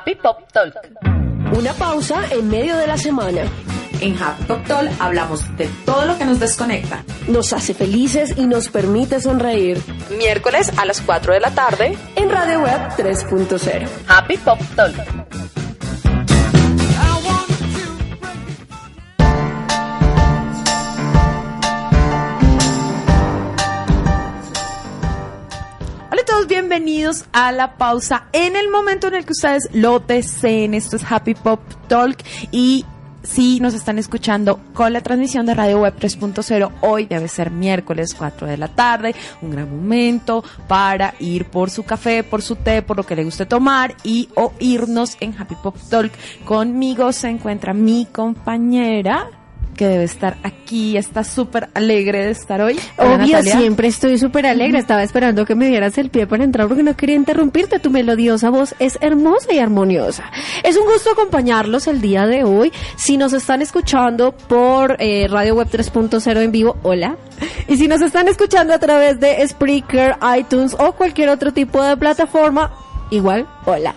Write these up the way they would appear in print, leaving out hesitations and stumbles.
Happy Pop Talk. Una pausa en medio de la semana. En Happy Pop Talk hablamos de todo lo que nos desconecta, nos hace felices y nos permite sonreír. Miércoles a las 4 de la tarde en Radio Web 3.0. Happy Pop Talk. Hola a todos, bienvenidos a la pausa en el momento en el que ustedes lo deseen. Esto es Happy Pop Talk y si nos están escuchando con la transmisión de Radio Web 3.0, hoy debe ser miércoles 4 de la tarde, un gran momento para ir por su café, por su té, por lo que le guste tomar y oírnos en Happy Pop Talk. Conmigo se encuentra mi compañera, que debe estar aquí, está súper alegre de estar hoy. Obvio, siempre estoy súper alegre. Estaba esperando que me dieras el pie para entrar porque no quería interrumpirte. Tu melodiosa voz es hermosa y armoniosa. Es un gusto acompañarlos el día de hoy. Si nos están escuchando por Radio Web 3.0 en vivo, hola. Y si nos están escuchando a través de Spreaker, iTunes o cualquier otro tipo de plataforma, igual, hola.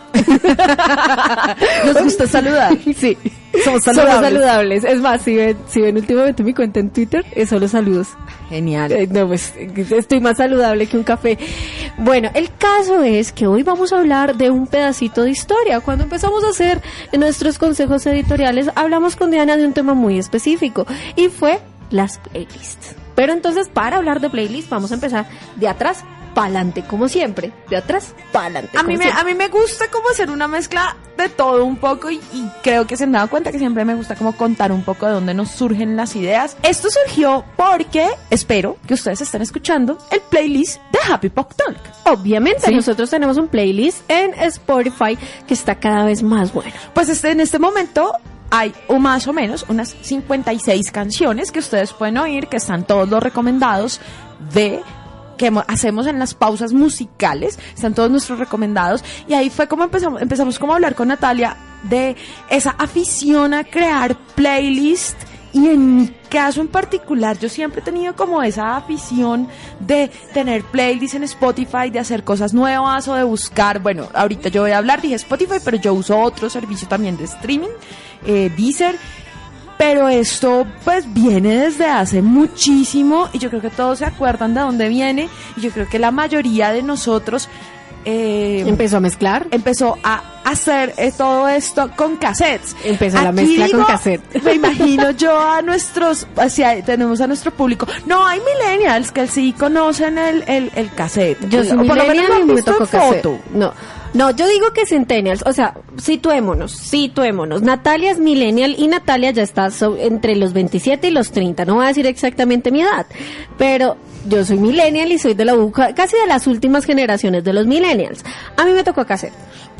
Nos gusta saludar. Sí. Somos saludables. Es más, si ven últimamente mi cuenta en Twitter, es solo saludos. Genial. No, pues estoy más saludable que un café. Bueno, el caso es que hoy vamos a hablar de un pedacito de historia. Cuando empezamos a hacer nuestros consejos editoriales, hablamos con Diana de un tema muy específico y fue las playlists. Pero entonces, para hablar de playlists, vamos a empezar de atrás pa'lante, como siempre, de atrás pa'lante. A mí me gusta como hacer una mezcla de todo un poco y creo que se han dado cuenta que siempre me gusta como contar un poco de dónde nos surgen las ideas. Esto surgió porque espero que ustedes estén escuchando el playlist de Happy Pop Talk. Obviamente, ¿sí? Nosotros tenemos un playlist en Spotify que está cada vez más bueno. Pues en este momento hay más o menos unas 56 canciones que ustedes pueden oír, que están todos los recomendados que hacemos en las pausas musicales, están todos nuestros recomendados, y ahí fue como empezamos como a hablar con Natalia de esa afición a crear playlist, y en mi caso en particular yo siempre he tenido como esa afición de tener playlists en Spotify, de hacer cosas nuevas o de buscar, bueno, ahorita yo voy a hablar, dije Spotify, pero yo uso otro servicio también de streaming, Deezer. Pero esto pues viene desde hace muchísimo y yo creo que todos se acuerdan de dónde viene, y yo creo que la mayoría de nosotros empezó a hacer todo esto con cassettes. Empezó la mezcla con cassette. Me imagino yo tenemos a nuestro público. No, hay millennials que sí conocen el cassette. Yo soy millennial y me tocó cassette. No, yo digo que centennials, o sea, situémonos. Natalia es millennial y Natalia ya está entre los 27 y los 30, no voy a decir exactamente mi edad, pero yo soy millennial y soy de casi de las últimas generaciones de los millennials. A mí me tocó cassette.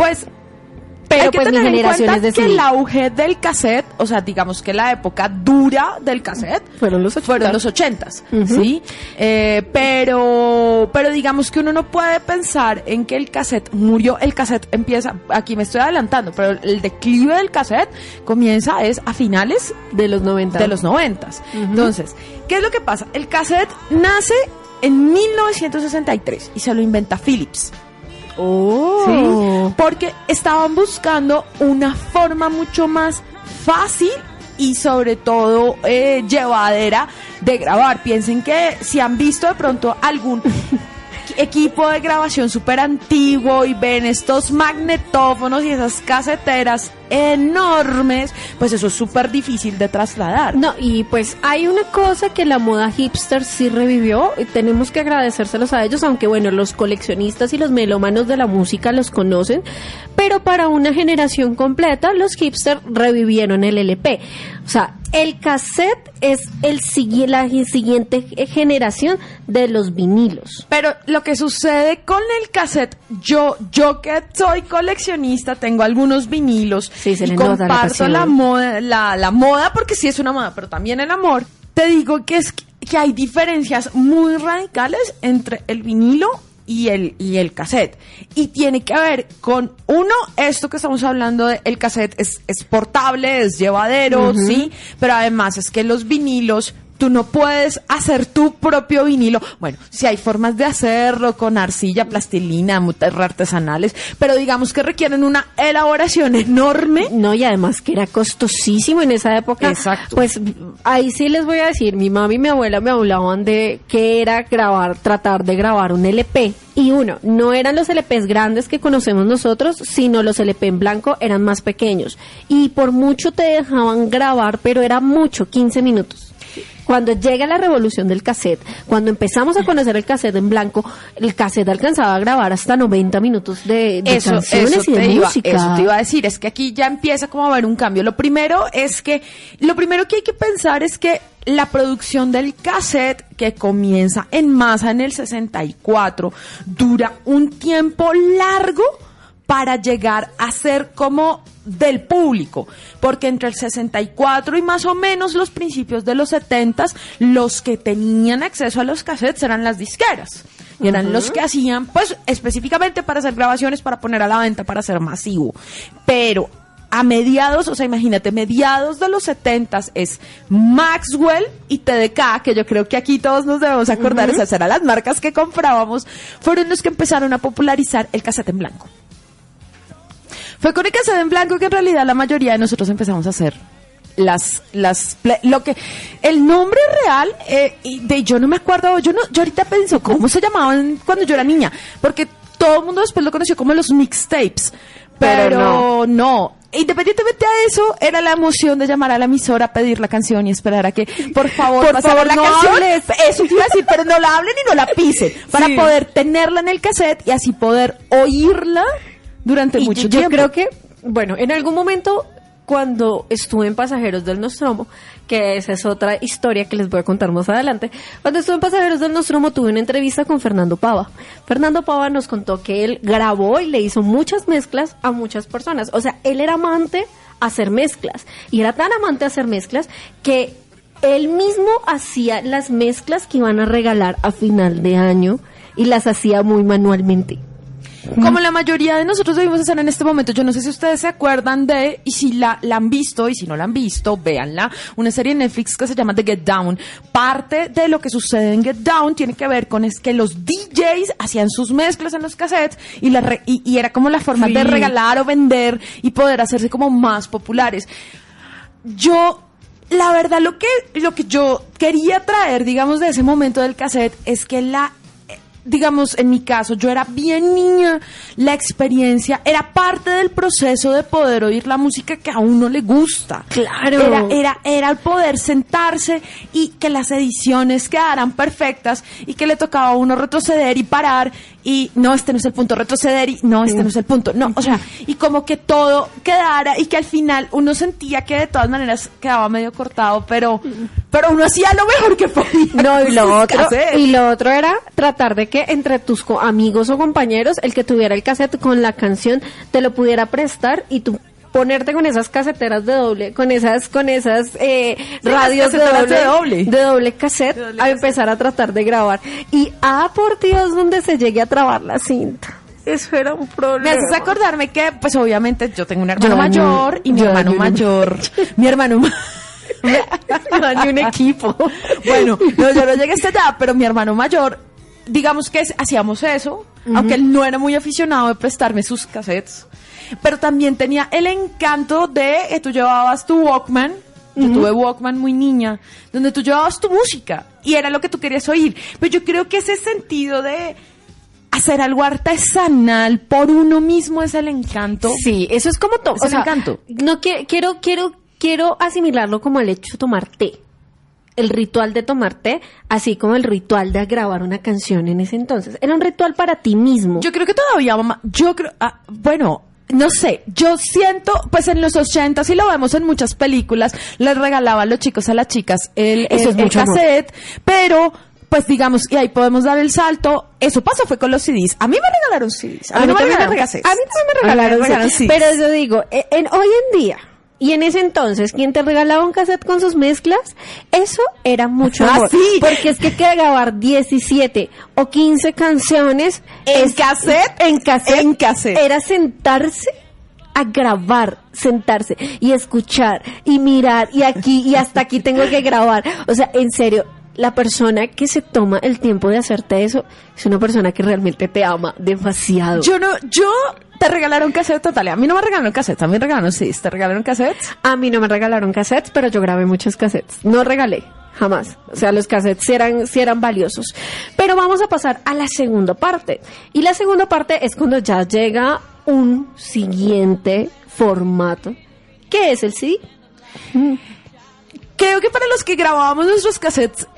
Pero hay que pues mi generación es de que el auge del cassette, o sea, digamos que la época dura del cassette fueron los 80s, uh-huh. ¿Sí? Pero digamos que uno no puede pensar en que el cassette murió. El cassette empieza, aquí me estoy adelantando, pero el declive del cassette comienza a finales de los 90. Uh-huh. Entonces, ¿qué es lo que pasa? El cassette nace en 1963 y se lo inventa Philips. Oh. Sí, porque estaban buscando una forma mucho más fácil y sobre todo llevadera de grabar. Piensen que si han visto de pronto algún equipo de grabación súper antiguo y ven estos magnetófonos y esas caseteras enormes, pues eso es súper difícil de trasladar. No, y pues hay una cosa que la moda hipster sí revivió y tenemos que agradecérselos a ellos, aunque bueno, los coleccionistas y los melómanos de la música los conocen, pero para una generación completa los hipsters revivieron el LP. O sea, el cassette es la siguiente generación de los vinilos. Pero lo que sucede con el cassette, yo que soy coleccionista, tengo algunos vinilos, sí, y comparto la moda, porque sí es una moda, pero también el amor. Te digo que hay diferencias muy radicales entre el vinilo y el cassette, y tiene que ver con esto que estamos hablando de el cassette es portable, es llevadero, uh-huh. Sí, pero además es que los vinilos tú no puedes hacer tu propio vinilo. Bueno, sí hay formas de hacerlo con arcilla, plastilina, artesanales, pero digamos que requieren una elaboración enorme. No, y además que era costosísimo en esa época. Exacto. Pues ahí sí les voy a decir, mi mamá y mi abuela me hablaban de que era tratar de grabar un LP. Y no eran los LPs grandes que conocemos nosotros, sino los LP en blanco eran más pequeños. Y por mucho te dejaban grabar, pero era mucho, 15 minutos. Cuando llega la revolución del cassette, cuando empezamos a conocer el cassette en blanco, el cassette alcanzaba a grabar hasta 90 minutos de canciones y de música. Eso te iba a decir, es que aquí ya empieza como a haber un cambio. Lo primero que hay que pensar es que la producción del cassette, que comienza en masa en el 64, dura un tiempo largo para llegar a ser como del público, porque entre el 64 y más o menos los principios de los 70s, los que tenían acceso a los cassettes eran las disqueras, y eran los que hacían, pues, específicamente para hacer grabaciones, para poner a la venta, para ser masivo. Pero a mediados, o sea, imagínate, mediados de los 70s es Maxwell y TDK, que yo creo que aquí todos nos debemos acordar, esas eran las marcas que comprábamos, fueron los que empezaron a popularizar el cassette en blanco. Fue con el cassette en blanco que en realidad la mayoría de nosotros empezamos a hacer el nombre real, yo no me acuerdo, yo ahorita pienso cómo se llamaban cuando yo era niña, porque todo el mundo después lo conoció como los mixtapes, pero no. Independientemente de eso, era la emoción de llamar a la emisora, pedir la canción y esperar a que, por favor, la canción. Hables. Eso te iba a decir, pero no la hablen y no la pisen, para poder tenerla en el cassette y así poder oírla durante mucho tiempo. Yo creo que, bueno, en algún momento, cuando estuve en Pasajeros del Nostromo, que esa es otra historia que les voy a contar más adelante, cuando estuve en Pasajeros del Nostromo tuve una entrevista con Fernando Pava. Fernando Pava nos contó que él grabó y le hizo muchas mezclas a muchas personas. O sea, él era amante a hacer mezclas, y era tan amante a hacer mezclas que él mismo hacía las mezclas que iban a regalar a final de año, y las hacía muy manualmente. Como la mayoría de nosotros debimos hacer en este momento. Yo no sé si ustedes se acuerdan de, y si la han visto, y si no la han visto, véanla, una serie de Netflix que se llama The Get Down. Parte de lo que sucede en Get Down tiene que ver con es que los DJs hacían sus mezclas en los cassettes y era como la forma de regalar o vender y poder hacerse como más populares. La verdad, lo que yo quería traer, digamos, de ese momento del cassette es que digamos, en mi caso, yo era bien niña, la experiencia era parte del proceso de poder oír la música que a uno le gusta. Claro. Era el poder sentarse y que las ediciones quedaran perfectas y que le tocaba a uno retroceder y parar y no, este no es el punto, retroceder y no, este no es el punto, no, o sea, y como que todo quedara y que al final uno sentía que de todas maneras quedaba medio cortado, pero uno hacía lo mejor que podía. No, y lo otro era tratar de que entre tus amigos o compañeros, el que tuviera el cassette con la canción te lo pudiera prestar y tú ponerte con esas caseteras de doble, con esas radios de doble cassette, a empezar a tratar de grabar. Y por Dios, donde se llegue a trabar la cinta. Eso era un problema. Me haces acordarme que, pues obviamente, yo tengo un hermano mayor y mi hermano mayor. Mi hermano dañé un equipo. Bueno, no, yo no llegué hasta allá, pero mi hermano mayor, digamos que hacíamos eso, aunque él no era muy aficionado de prestarme sus cassettes, pero también tenía el encanto de tú llevabas tu Walkman. Yo tuve Walkman muy niña, donde tú llevabas tu música y era lo que tú querías oír. Pero yo creo que ese sentido de hacer algo artesanal por uno mismo es el encanto. Sí, eso es como todo. Es el encanto. No quiero asimilarlo como el hecho de tomar té. El ritual de tomar té, así como el ritual de grabar una canción en ese entonces. Era un ritual para ti mismo. Yo creo que todavía, mamá, no sé, yo siento, pues en los 80, si lo vemos en muchas películas, les regalaban los chicos a las chicas el cassette, pero pues digamos, y ahí podemos dar el salto. Eso pasó fue con los CDs. A mí me regalaron CDs. A mí también me regalaron CDs. Pero yo digo, hoy en día, y en ese entonces, quien te regalaba un cassette con sus mezclas, eso era mucho amor. Sí. Porque es que grabar 17 o 15 canciones en cassette era sentarse a grabar, sentarse y escuchar y mirar y aquí y hasta aquí tengo que grabar. O sea, en serio, la persona que se toma el tiempo de hacerte eso es una persona que realmente te ama demasiado. Yo te regalaron cassette, total. A mí no me regalaron cassette, a mí me regalaron CDs. ¿Te regalaron cassettes? A mí no me regalaron cassettes, pero yo grabé muchos cassettes. No regalé, jamás. O sea, los cassettes sí eran valiosos. Pero vamos a pasar a la segunda parte. Y la segunda parte es cuando ya llega un siguiente formato. ¿Qué es el CD? Creo que para los que grabábamos nuestros cassettes,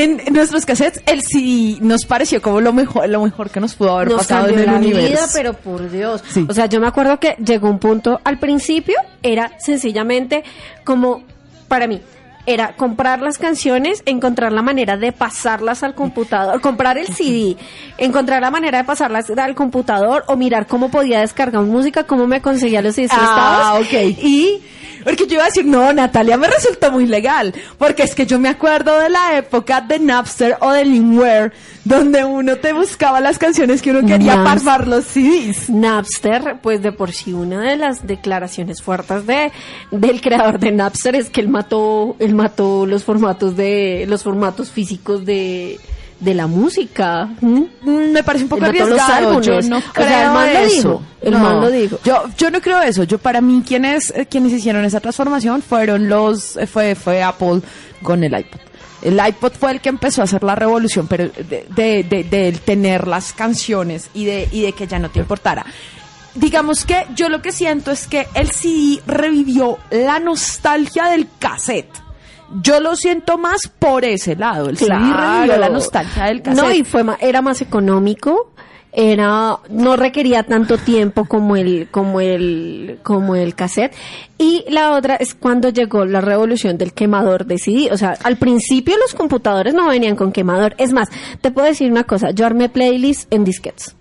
el CD nos pareció como lo mejor que nos pudo haber pasado en el universo. Vida, pero por Dios. Sí. O sea, yo me acuerdo que llegó un punto, al principio era sencillamente como, para mí, era comprar las canciones, encontrar la manera de pasarlas al computador, comprar el CD, encontrar la manera de pasarlas al computador o mirar cómo podía descargar música, cómo me conseguía los CDs prestados. Ok. Y porque yo iba a decir, no, Natalia, me resultó muy legal, porque es que yo me acuerdo de la época de Napster o de Limeware, donde uno te buscaba las canciones que uno quería para armar los CDs. Napster, pues de por sí una de las declaraciones fuertes del creador de Napster es que él mató los formatos físicos de la música. Me parece un poco arriesgado. Yo no creo, o sea, el man eso. Lo dijo. El man lo dijo. Yo no creo eso. Para mí quienes hicieron esa transformación fueron fue Apple con el iPod. El iPod fue el que empezó a hacer la revolución, pero de tener las canciones y de que ya no te importara. Digamos que yo lo que siento es que el CD revivió la nostalgia del cassette. Yo lo siento más por ese lado. El CD revivió la nostalgia del cassette. No, y era más económico. No requería tanto tiempo como el cassette. Y la otra es cuando llegó la revolución del quemador de CD. O sea, al principio los computadores no venían con quemador. Es más, te puedo decir una cosa, yo armé playlists en disquetes.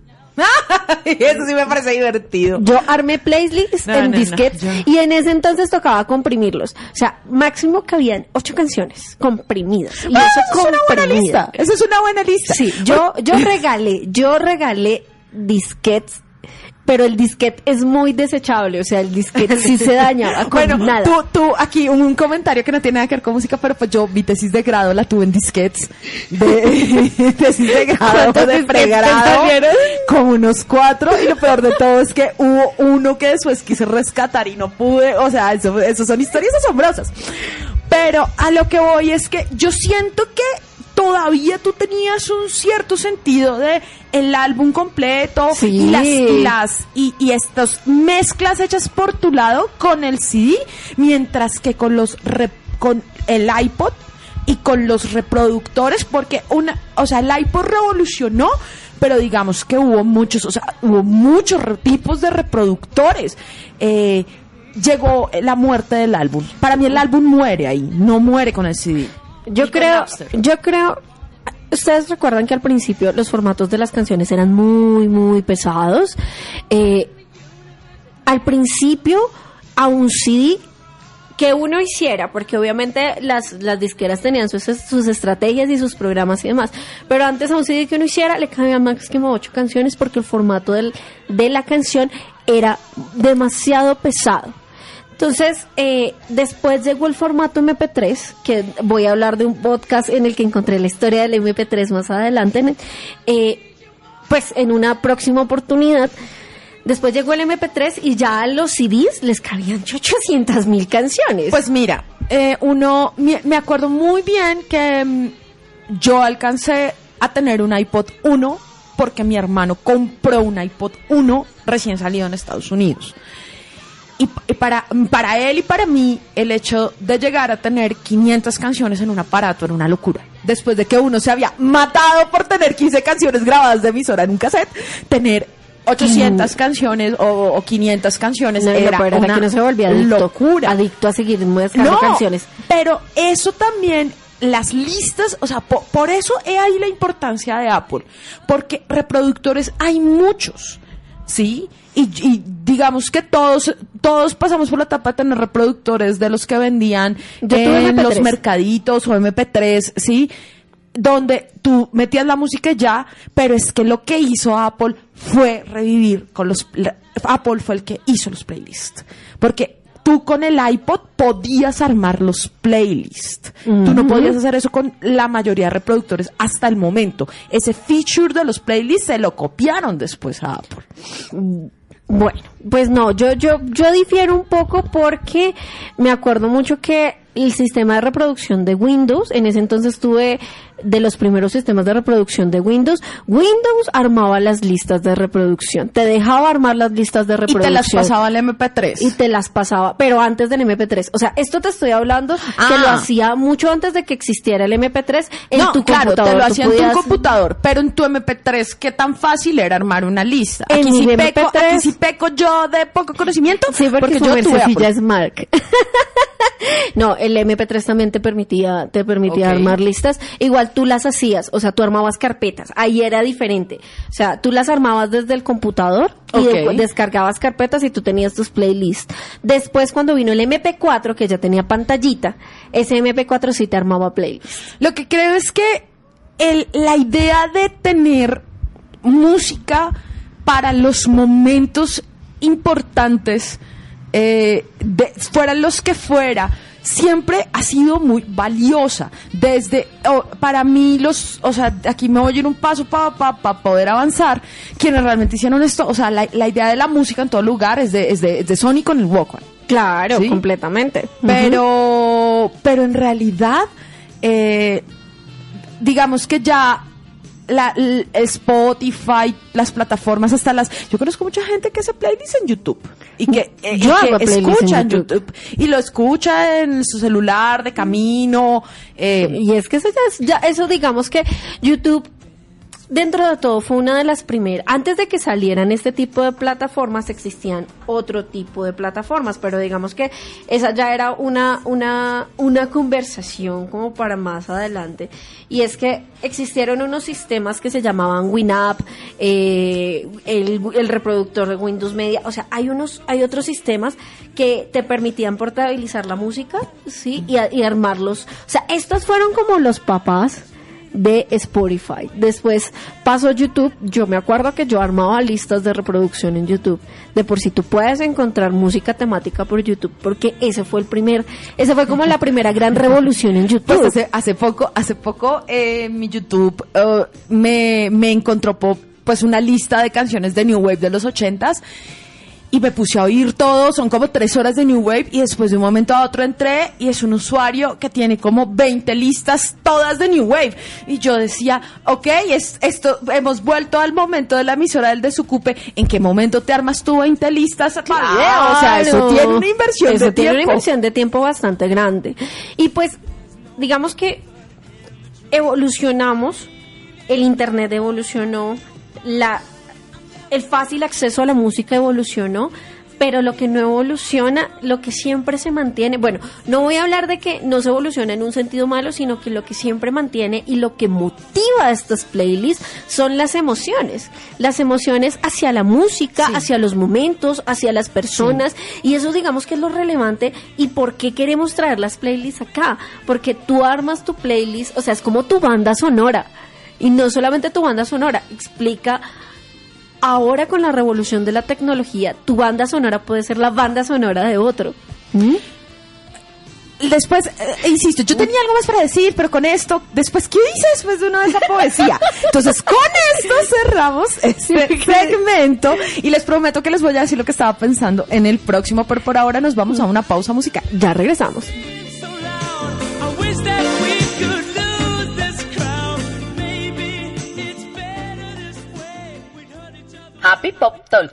Eso sí me parece divertido. Yo armé playlists en disquetes y en ese entonces tocaba comprimirlos. O sea, máximo cabían 8 canciones comprimidas. Y eso es una buena lista. Eso es una buena lista. Sí, yo regalé disquetes, pero el disquete es muy desechable, o sea, el disquete sí se dañaba con nada. Tú, aquí un comentario que no tiene nada que ver con música, pero pues yo mi tesis de grado la tuve en disquetes, tesis de grado, de pregrado, con unos 4, y lo peor de todo es que hubo uno que después quise rescatar y no pude, o sea, eso son historias asombrosas. Pero a lo que voy es que yo siento que todavía tú tenías un cierto sentido de el álbum completo, sí, y estas mezclas hechas por tu lado con el CD, mientras que con el iPod y con los reproductores, porque el iPod revolucionó, pero digamos que hubo muchos tipos de reproductores. Llegó la muerte del álbum. Para mí el álbum muere ahí, no muere con el CD. Yo creo, ustedes recuerdan que al principio los formatos de las canciones eran muy, muy pesados. Al principio, a un CD que uno hiciera, porque obviamente las disqueras tenían sus estrategias y sus programas y demás, pero antes a un CD que uno hiciera le cabían máximo 8 canciones porque el formato de la canción era demasiado pesado. Entonces, después llegó el formato MP3, que voy a hablar de un podcast en el que encontré la historia del MP3 más adelante, pues en una próxima oportunidad. Después llegó el MP3 y ya a los CDs les cabían 800,000 canciones. Pues mira, me acuerdo muy bien que yo alcancé a tener un iPod 1 porque mi hermano compró un iPod 1 recién salido en Estados Unidos. Y para él y para mí, el hecho de llegar a tener 500 canciones en un aparato era una locura. Después de que uno se había matado por tener 15 canciones grabadas de emisora en un cassette, tener 800 canciones o 500 canciones era una que no se volvía locura. Adicto a seguir mezclando canciones. Pero eso también, las listas, o sea, por eso es ahí la importancia de Apple. Porque reproductores hay muchos, ¿sí? Y digamos que todos pasamos por la etapa de tener reproductores de los que vendían en los mercaditos o MP3, ¿sí? donde tú metías la música ya, pero es que lo que hizo Apple fue revivir Apple fue el que hizo los playlists, porque tú con el iPod podías armar los playlists. Uh-huh. Tú no podías hacer eso con la mayoría de reproductores hasta el momento. Ese feature de los playlists se lo copiaron después a Apple. Bueno, pues no, yo difiero un poco porque me acuerdo mucho que el sistema de reproducción de Windows, en ese entonces tuve de los primeros sistemas de reproducción de Windows armaba las listas de reproducción, te dejaba armar las listas de reproducción. Y te las pasaba al MP3. Y te las pasaba, pero antes del MP3. O sea, esto te estoy hablando que lo hacía mucho antes de que existiera el MP3 en tu computador. Claro, te lo hacía en tu computador, pero en tu MP3, ¿qué tan fácil era armar una lista? Aquí sí peco yo de poco conocimiento. Sí, porque yo tuve ya es Mark. No, el MP3 también te permitía okay, armar listas. Igual tú las hacías, o sea, tú armabas carpetas. Ahí era diferente. O sea, tú las armabas desde el computador y después descargabas carpetas y tú tenías tus playlists. Después, cuando vino el MP4, que ya tenía pantallita, ese MP4 sí te armaba playlists. Lo que creo es que la idea de tener música para los momentos importantes, fueran los que fuera, siempre ha sido muy valiosa. Para mí aquí me voy a ir un paso para poder avanzar. Quienes realmente hicieron esto, o sea, la idea de la música en todo lugar es de Sony con el Walkman. Claro, ¿sí? Completamente. Pero en realidad, digamos que ya Spotify, las plataformas, yo conozco mucha gente que hace playlists en YouTube y que escucha en YouTube y lo escucha en su celular de camino, y es que eso digamos que YouTube, dentro de todo, fue una de las primeras. Antes de que salieran este tipo de plataformas, existían otro tipo de plataformas, pero digamos que esa ya era una conversación como para más adelante. Y es que existieron unos sistemas que se llamaban Winamp, el reproductor de Windows Media. O sea, hay otros sistemas que te permitían portabilizar la música, ¿sí? Y armarlos. O sea, estos fueron como los papás de Spotify. Después pasó YouTube. Yo me acuerdo que yo armaba listas de reproducción en YouTube. De por sí tú puedes encontrar música temática por YouTube, porque ese fue como la primera gran revolución en YouTube. Pues hace poco mi YouTube me encontró pues una lista de canciones de New Wave de los 80s. Y me puse a oír todo, son como 3 horas de New Wave, y después de un momento a otro entré, y es un usuario que tiene como 20 listas, todas de New Wave. Y yo decía, esto, hemos vuelto al momento de la emisora del desocupe. ¿En qué momento te armas tú 20 listas para video? O sea, eso tiene una inversión de tiempo. Tiene una inversión de tiempo bastante grande. Y pues, digamos que evolucionamos, el internet evolucionó, el fácil acceso a la música evolucionó, pero lo que no evoluciona, lo que siempre se mantiene, bueno, no voy a hablar de que no se evoluciona en un sentido malo, sino que lo que siempre mantiene y lo que motiva a estas playlists son las emociones hacia la música, sí, hacia los momentos, hacia las personas, sí. Y eso digamos que es lo relevante. ¿Y por qué queremos traer las playlists acá? Porque tú armas tu playlist, o sea, es como tu banda sonora, y no solamente tu banda sonora, explica. Ahora con la revolución de la tecnología, tu banda sonora puede ser la banda sonora de otro. Después, insisto, yo tenía algo más para decir, pero con esto, después, ¿qué hice después de una de esa poesía? Entonces, con esto cerramos este segmento y les prometo que les voy a decir lo que estaba pensando en el próximo, pero por ahora nos vamos a una pausa musical. Ya regresamos. Happy Pop Talk.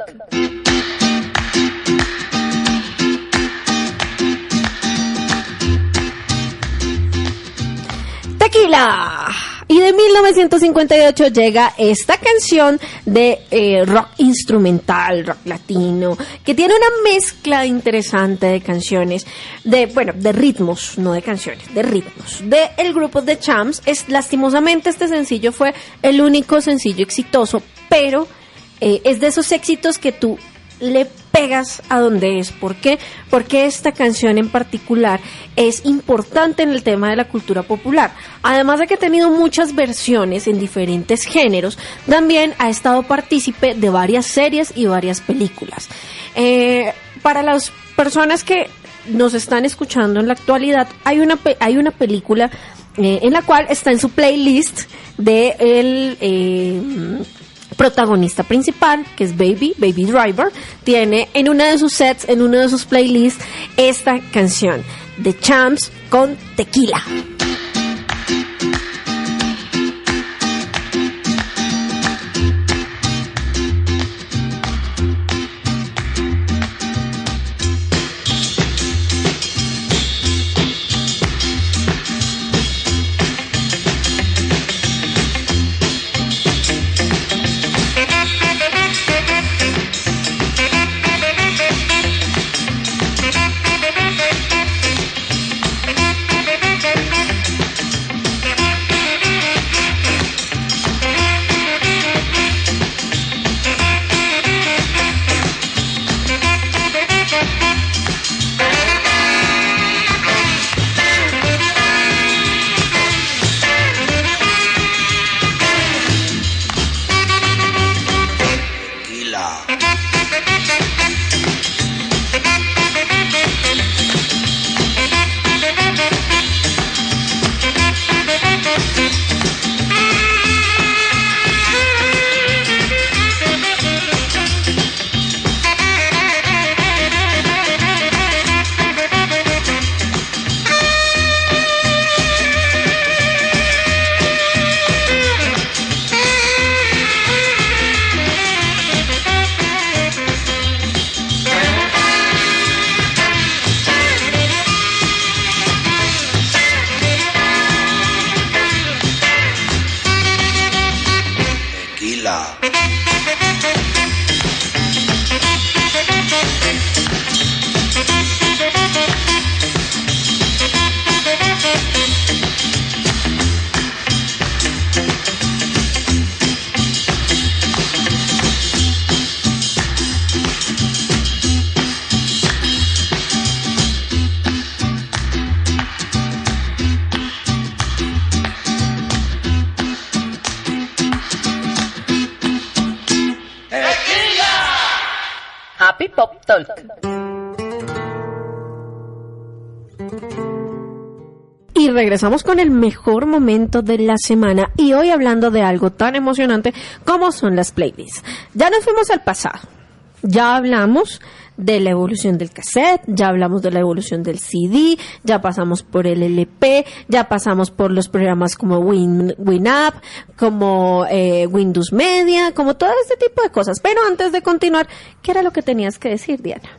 Tequila. Y de 1958 llega esta canción de rock instrumental, rock latino, que tiene una mezcla interesante de canciones, de ritmos, no de canciones, de ritmos, de el grupo The Champs. Lastimosamente este sencillo fue el único sencillo exitoso, pero es de esos éxitos que tú le pegas a donde es. ¿Por qué? Porque esta canción en particular es importante en el tema de la cultura popular. Además de que ha tenido muchas versiones en diferentes géneros, también ha estado partícipe de varias series y varias películas. Para las personas que nos están escuchando en la actualidad, hay una película en la cual está en su playlist de el protagonista principal, que es Baby Driver. Tiene en uno de sus sets, en uno de sus playlists, esta canción de Champs con Tequila. Happy Pop Talk. Y regresamos con el mejor momento de la semana, y hoy hablando de algo tan emocionante como son las playlists. Ya nos fuimos al pasado, ya hablamos de la evolución del cassette, ya hablamos de la evolución del CD, ya pasamos por el LP, ya pasamos por los programas como Winamp, como Windows Media, como todo este tipo de cosas. Pero antes de continuar, ¿qué era lo que tenías que decir, Diana?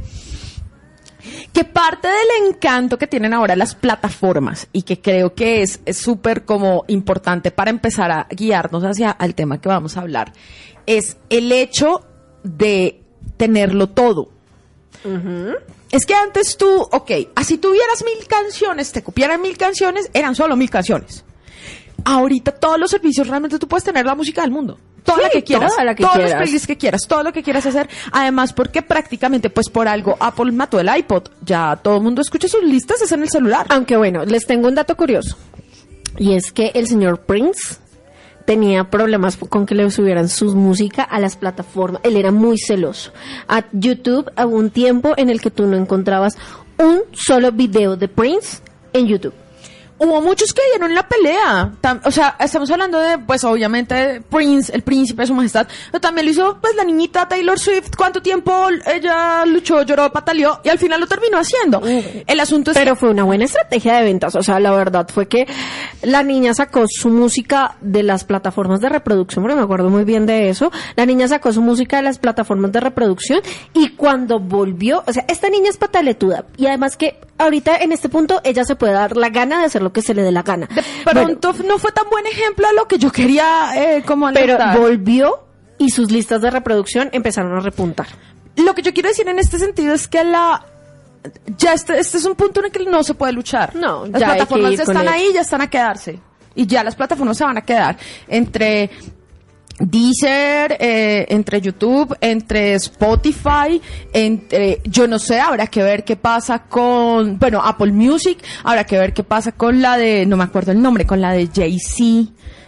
Que parte del encanto que tienen ahora las plataformas, y que creo que es súper como importante para empezar a guiarnos hacia el tema que vamos a hablar, es el hecho de tenerlo todo. Uh-huh. Es que antes tú, así tuvieras 1000 canciones, te copiaran 1000 canciones, eran solo 1000 canciones. Ahorita todos los servicios, realmente tú puedes tener la música del mundo. Toda la que quieras, todos los playlists que quieras, todo lo que quieras hacer. Además, porque prácticamente, pues por algo, Apple mató el iPod. Ya todo el mundo escucha sus listas, es en el celular. Aunque bueno, les tengo un dato curioso. Y es que el señor Prince tenía problemas con que le subieran su música a las plataformas. Él era muy celoso. A YouTube hubo un tiempo en el que tú no encontrabas un solo video de Prince en YouTube. Hubo muchos que dieron la pelea. Estamos hablando de, pues obviamente, Prince, el príncipe de su majestad, pero también lo hizo, pues, la niñita Taylor Swift. ¿Cuánto tiempo ella luchó, lloró, pataleó? Y al final lo terminó haciendo. El asunto es Pero fue una buena estrategia de ventas. O sea, la verdad fue que la niña sacó su música de las plataformas de reproducción, porque me acuerdo muy bien de eso. La niña sacó su música de las plataformas de reproducción, y cuando volvió, o sea, esta niña es pataletuda. Y además que ahorita, en este punto, ella se puede dar la gana de hacer lo que se le dé la gana. De pronto no fue tan buen ejemplo a lo que yo quería como alertar. Pero volvió y sus listas de reproducción empezaron a repuntar. Lo que yo quiero decir en este sentido es que este es un punto en el que no se puede luchar. No, las ya plataformas hay que ir están ahí, ya están a quedarse. Y ya las plataformas se van a quedar entre Deezer, entre YouTube, entre Spotify, entre, yo no sé, habrá que ver qué pasa con, bueno, Apple Music, habrá que ver qué pasa con la de, no me acuerdo el nombre, con la de Jay-Z,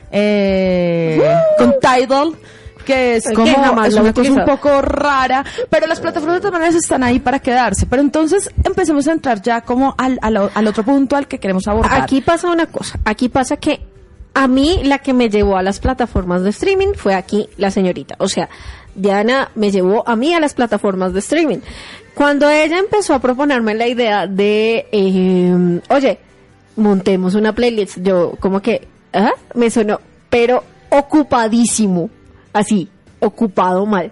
con Tidal, que es como, es una cosa un poco rara, pero las plataformas de todas maneras están ahí para quedarse. Pero entonces empecemos a entrar ya como al otro punto al que queremos abordar. Aquí pasa una cosa, aquí pasa que a mí la que me llevó a las plataformas de streaming fue aquí la señorita. O sea, Diana me llevó a mí a las plataformas de streaming. Cuando ella empezó a proponerme la idea de, oye, montemos una playlist, yo como que, me sonó, pero ocupadísimo, así, ocupado mal.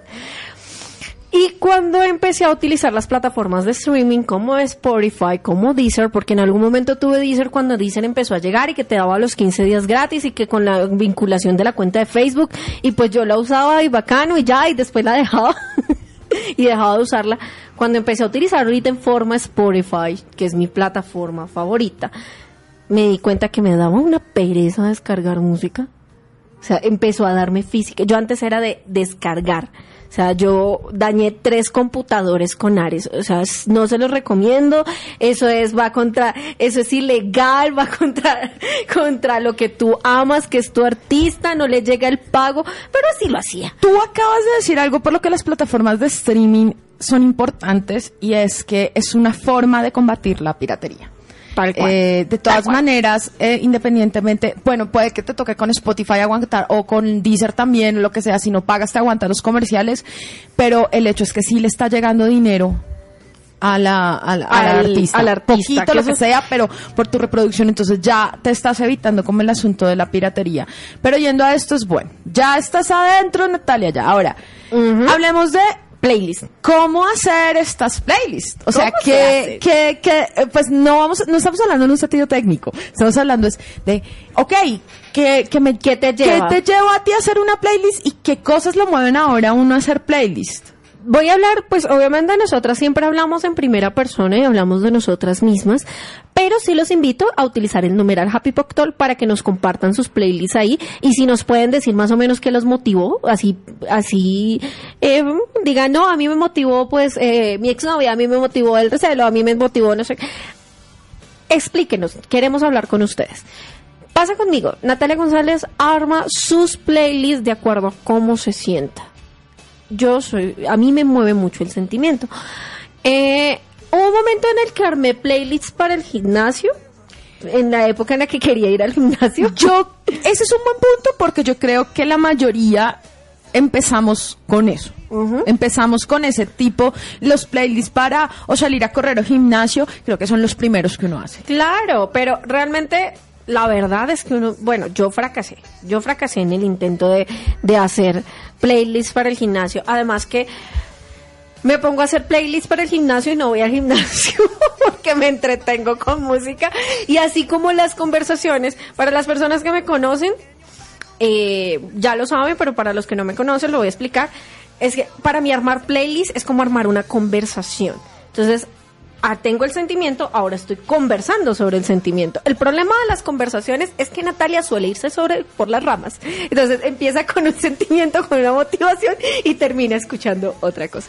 Y cuando empecé a utilizar las plataformas de streaming como Spotify, como Deezer, porque en algún momento tuve Deezer cuando Deezer empezó a llegar y que te daba los 15 días gratis y que con la vinculación de la cuenta de Facebook, y pues yo la usaba y bacano y ya, y después la dejaba y dejaba de usarla. Cuando empecé a utilizar ahorita en forma Spotify, que es mi plataforma favorita, me di cuenta que me daba una pereza descargar música. O sea, empezó a darme física. Yo antes era de descargar. O sea, yo dañé 3 computadores con Ares. O sea, no se los recomiendo. Eso es ilegal, va contra lo que tú amas, que es tu artista, no le llega el pago, pero así lo hacía. Tú acabas de decir algo por lo que las plataformas de streaming son importantes, y es que es una forma de combatir la piratería. De todas maneras, independientemente, bueno, puede que te toque con Spotify aguantar, o con Deezer también, lo que sea, si no pagas te aguantan los comerciales, pero el hecho es que sí le está llegando dinero al artista, poquito, lo que sea, pero por tu reproducción, entonces ya te estás evitando como el asunto de la piratería. Pero yendo a esto es bueno, ya estás adentro, Natalia, ya. Ahora, hablemos de playlist. ¿Cómo hacer estas playlists? O sea, pues no estamos hablando en un sentido técnico. Estamos hablando de, ¿qué te lleva a ti a hacer una playlist y qué cosas lo mueven ahora a uno a hacer playlist? Voy a hablar, pues obviamente nosotras siempre hablamos en primera persona y hablamos de nosotras mismas, pero sí los invito a utilizar el numeral Happy Pop Talk para que nos compartan sus playlists ahí, y si nos pueden decir más o menos qué los motivó, así digan, no, a mí me motivó pues mi exnovia, a mí me motivó el recelo, a mí me motivó no sé qué. Explíquenos, queremos hablar con ustedes. Pasa conmigo, Natalia González arma sus playlists de acuerdo a cómo se sienta. A mí me mueve mucho el sentimiento. Hubo un momento en el que armé playlists para el gimnasio, en la época en la que quería ir al gimnasio. Ese es un buen punto, porque yo creo que la mayoría empezamos con eso. Empezamos con ese tipo, los playlists para o salir a correr o gimnasio, creo que son los primeros que uno hace. Claro, pero realmente la verdad es que yo fracasé en el intento de hacer playlists para el gimnasio. Además que me pongo a hacer playlists para el gimnasio y no voy al gimnasio porque me entretengo con música. Y así como las conversaciones, para las personas que me conocen, ya lo saben, pero para los que no me conocen lo voy a explicar. Es que para mí armar playlists es como armar una conversación. Entonces, tengo el sentimiento, ahora estoy conversando sobre el sentimiento. El problema de las conversaciones es que Natalia suele irse por las ramas. Entonces empieza con un sentimiento, con una motivación, y termina escuchando otra cosa.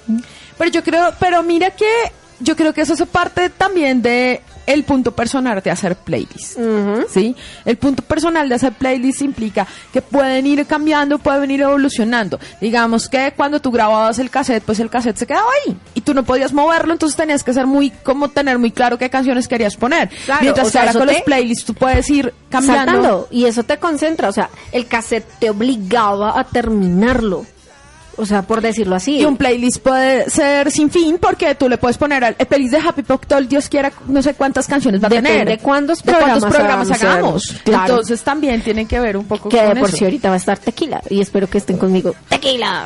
Pero mira que yo creo que eso hace parte también de el punto personal de hacer playlists, ¿sí? El punto personal de hacer playlists implica que pueden ir cambiando, pueden ir evolucionando. Digamos que cuando tú grababas el cassette, pues el cassette se quedaba ahí y tú no podías moverlo, entonces tenías que ser tener muy claro qué canciones querías poner. Claro, mientras que ahora con los playlists tú puedes ir cambiando. Saltando, y eso te concentra, o sea, el cassette te obligaba a terminarlo. O sea, por decirlo así. Y un playlist puede ser sin fin, porque tú le puedes poner el playlist de Happy Pop Talk, Dios quiera, no sé cuántas canciones va a tener. De cuántos programas hagamos. Claro. Entonces también tienen que ver un poco con eso. Que por si ahorita va a estar Tequila, y espero que estén conmigo. ¡Tequila!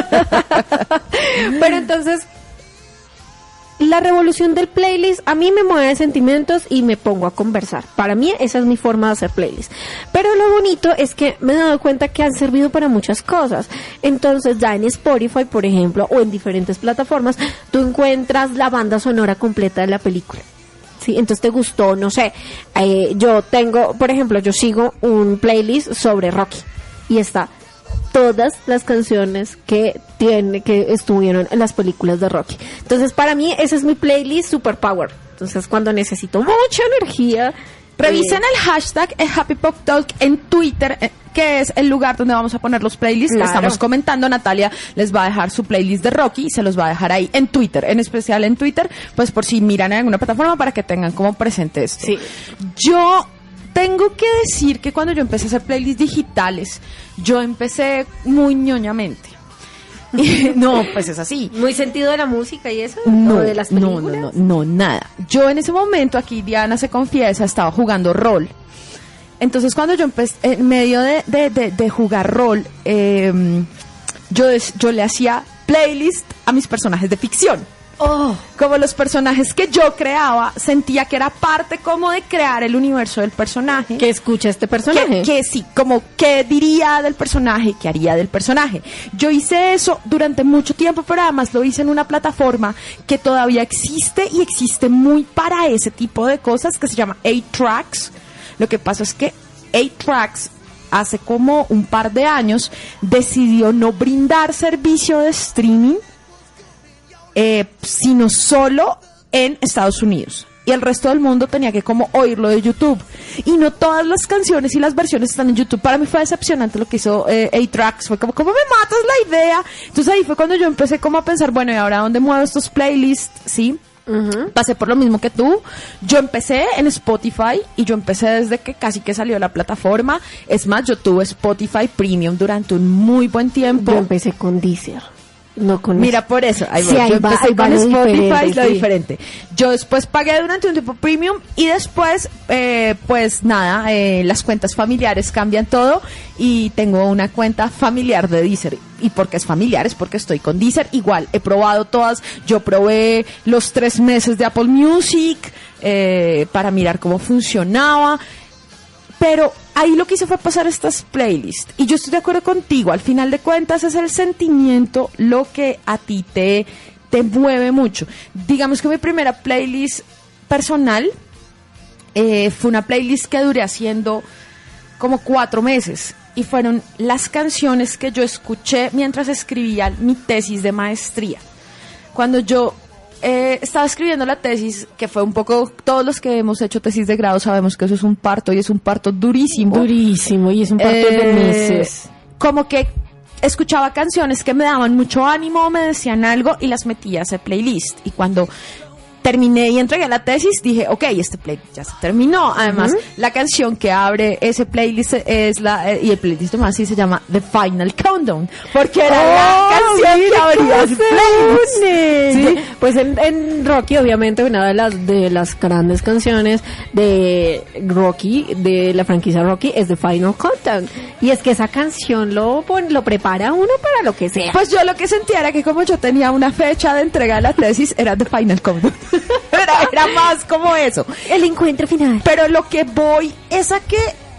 Pero entonces, la revolución del playlist a mí me mueve sentimientos y me pongo a conversar. Para mí esa es mi forma de hacer playlist. Pero lo bonito es que me he dado cuenta que han servido para muchas cosas. Entonces ya en Spotify, por ejemplo, o en diferentes plataformas, tú encuentras la banda sonora completa de la película. Sí, entonces te gustó, no sé, yo tengo, por ejemplo, yo sigo un playlist sobre Rocky y está todas las canciones que estuvieron en las películas de Rocky. Entonces, para mí, ese es mi playlist Superpower. Entonces, cuando necesito mucha energía, revisen el hashtag Happy Pop Talk en Twitter, que es el lugar donde vamos a poner los playlists que estamos comentando. Natalia les va a dejar su playlist de Rocky y se los va a dejar ahí en Twitter, en especial en Twitter, pues por si miran en alguna plataforma para que tengan como presente esto. Sí. Yo tengo que decir que cuando yo empecé a hacer playlists digitales, yo empecé muy ñoñamente. No, pues es así. ¿Muy sentido de la música y eso? No, ¿O de las películas? no, nada. Yo en ese momento, aquí Diana se confiesa, estaba jugando rol. Entonces cuando yo empecé, en medio de jugar rol, yo le hacía playlist a mis personajes de ficción. Oh. Como los personajes que yo creaba, sentía que era parte como de crear el universo del personaje. ¿Qué escucha este personaje? Que sí, como qué diría del personaje, qué haría del personaje. Yo hice eso durante mucho tiempo, pero además lo hice en una plataforma que todavía existe y existe muy para ese tipo de cosas, que se llama 8Tracks. Lo que pasa es que 8Tracks hace como un par de años decidió no brindar servicio de streaming, sino solo en Estados Unidos. Y el resto del mundo tenía que como oírlo de YouTube. Y no todas las canciones y las versiones están en YouTube. Para mí fue decepcionante lo que hizo 8Tracks. Fue como, ¿cómo me matas la idea? Entonces ahí fue cuando yo empecé como a pensar, bueno, ¿y ahora dónde muevo estos playlists? ¿Sí? Uh-huh. Pasé por lo mismo que tú. Yo empecé en Spotify y yo empecé desde que casi que salió la plataforma. Es más, yo tuve Spotify Premium durante un muy buen tiempo. Yo empecé con Deezer. No con Mira, por eso, ahí sí, voy. Yo empecé con Spotify, lo sí. diferente. Yo después pagué durante un tiempo Premium y después, pues nada, las cuentas familiares cambian todo y tengo una cuenta familiar de Deezer. ¿Y por qué es familiar? Es porque estoy con Deezer. Igual, he probado todas. Yo probé los 3 meses de Apple Music para mirar cómo funcionaba. Pero ahí lo que hice fue pasar estas playlists. Y yo estoy de acuerdo contigo. Al final de cuentas es el sentimiento lo que a ti te mueve mucho. Digamos que mi primera playlist personal fue una playlist que duré haciendo como 4 meses. Y fueron las canciones que yo escuché mientras escribía mi tesis de maestría. Cuando yo estaba escribiendo la tesis, que fue un poco, todos los que hemos hecho tesis de grado sabemos que eso es un parto, y es un parto durísimo. Durísimo, y es un parto de meses. Como que escuchaba canciones que me daban mucho ánimo, me decían algo, y las metía a ese playlist. Y cuando terminé y entregué la tesis, dije, ok, este playlist ya se terminó. Además, la canción que abre ese playlist es y el playlist más sí se llama The Final Countdown, porque era la canción que abría ese playlist. ¿Sí? Pues en Rocky, obviamente, una de las grandes canciones de Rocky, de la franquicia Rocky, es The Final Countdown. Y es que esa canción lo prepara a uno para lo que sea. Pues yo lo que sentía era que como yo tenía una fecha de entrega de la tesis, era The Final Countdown. Era más como eso, el encuentro final. Pero lo que voy es a que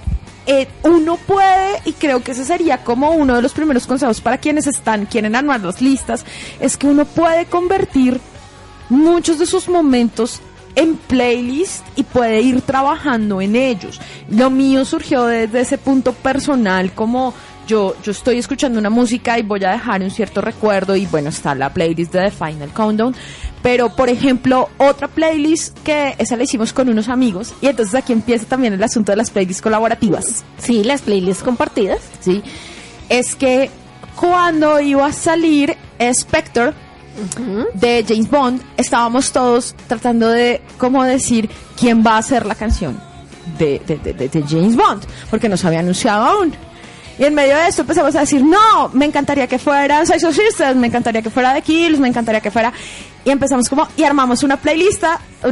uno puede, y creo que ese sería como uno de los primeros consejos para quienes quieren armar las listas, es que uno puede convertir muchos de sus momentos en playlist y puede ir trabajando en ellos. Lo mío surgió desde ese punto personal, como yo estoy escuchando una música y voy a dejar un cierto recuerdo, y bueno, está la playlist de The Final Countdown. Pero, por ejemplo, otra playlist que esa la hicimos con unos amigos, y entonces aquí empieza también el asunto de las playlists colaborativas. Sí, las playlists compartidas. Sí, es que cuando iba a salir Spectre de James Bond, estábamos todos tratando de, como decir, quién va a hacer la canción de James Bond, porque no se había anunciado aún. Y en medio de esto empezamos a decir, no, me encantaría que fuera Sex of Sisters, me encantaría que fuera The Kills, me encantaría que fuera... Y empezamos y armamos un playlist,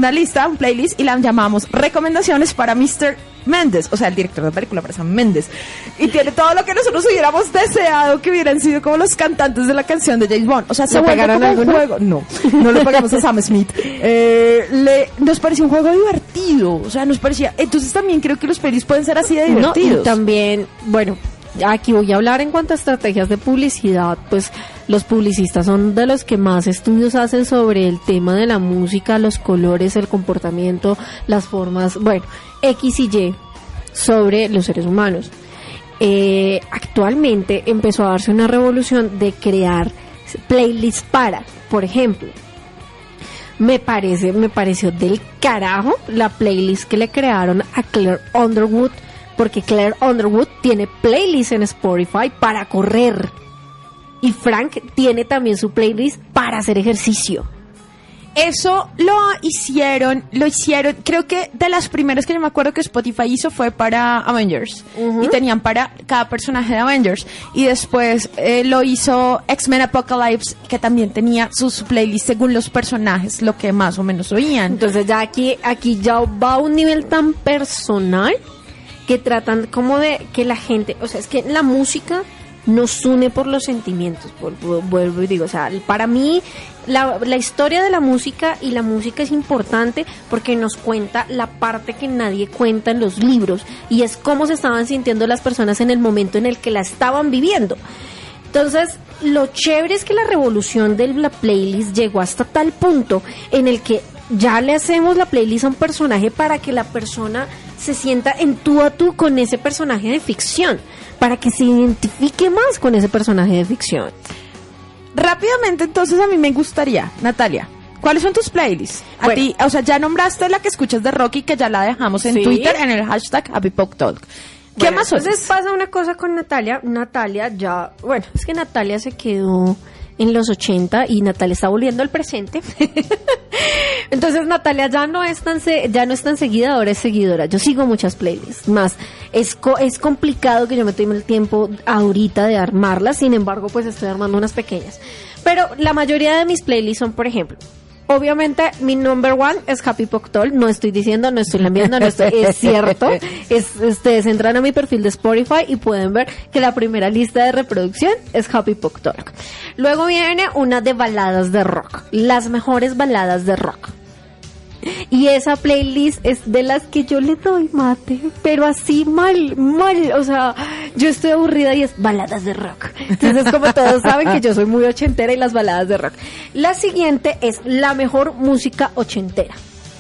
y la llamamos Recomendaciones para Mr. Mendes, o sea, el director de la película, para Sam Mendes. Y tiene todo lo que nosotros hubiéramos deseado que hubieran sido como los cantantes de la canción de James Bond. O sea, se vuelve como un juego. No le pagamos a Sam Smith. Nos pareció un juego divertido, o sea, nos parecía... Entonces también creo que los playlists pueden ser así de divertidos. No, y también, bueno... Aquí voy a hablar en cuanto a estrategias de publicidad. Pues los publicistas son de los que más estudios hacen sobre el tema de la música, los colores, el comportamiento, las formas, bueno, X y Y sobre los seres humanos. actualmente empezó a darse una revolución de crear playlists para, por ejemplo, me pareció del carajo la playlist que le crearon a Claire Underwood, porque Claire Underwood tiene playlists en Spotify para correr y Frank tiene también su playlist para hacer ejercicio. Eso lo hicieron, creo que de las primeras que yo me acuerdo que Spotify hizo fue para Avengers, y tenían para cada personaje de Avengers, y después lo hizo X-Men Apocalypse, que también tenía sus playlists según los personajes, lo que más o menos oían. Entonces ya aquí ya va a un nivel tan personal que tratan como de que la gente, o sea, es que la música nos une por los sentimientos, vuelvo y digo, o sea, para mí la historia de la música, y la música es importante porque nos cuenta la parte que nadie cuenta en los libros, y es cómo se estaban sintiendo las personas en el momento en el que la estaban viviendo. Entonces, lo chévere es que la revolución de la playlist llegó hasta tal punto en el que ya le hacemos la playlist a un personaje para que la persona se sienta en tú a tú con ese personaje de ficción, para que se identifique más con ese personaje de ficción. Rápidamente, entonces, a mí me gustaría, Natalia, ¿cuáles son tus playlists? A Bueno. ti, o sea, ya nombraste la que escuchas de Rocky, que ya la dejamos en Sí. Twitter, en el hashtag HappyPopTalk. ¿Qué Bueno, más entonces oyes? pasa una cosa con Natalia. Natalia ya, bueno, es que Natalia se quedó en los 80 y Natalia está volviendo al presente. Entonces Natalia ya no es tan seguida, ahora es seguidora. Yo sigo muchas playlists, más es complicado que yo me tome el tiempo ahorita de armarlas, sin embargo pues estoy armando unas pequeñas. Pero la mayoría de mis playlists son, por ejemplo, obviamente mi number one es Happy Pop Talk. No estoy diciendo, no estoy lambiendo, es cierto. Ustedes entran a mi perfil de Spotify y pueden ver que la primera lista de reproducción es Happy Pop Talk. Luego viene una de baladas de rock, las mejores baladas de rock. Y esa playlist es de las que yo le doy mate, pero así mal, o sea, yo estoy aburrida y es baladas de rock. Entonces, como todos saben que yo soy muy ochentera y las baladas de rock. La siguiente es la mejor música ochentera.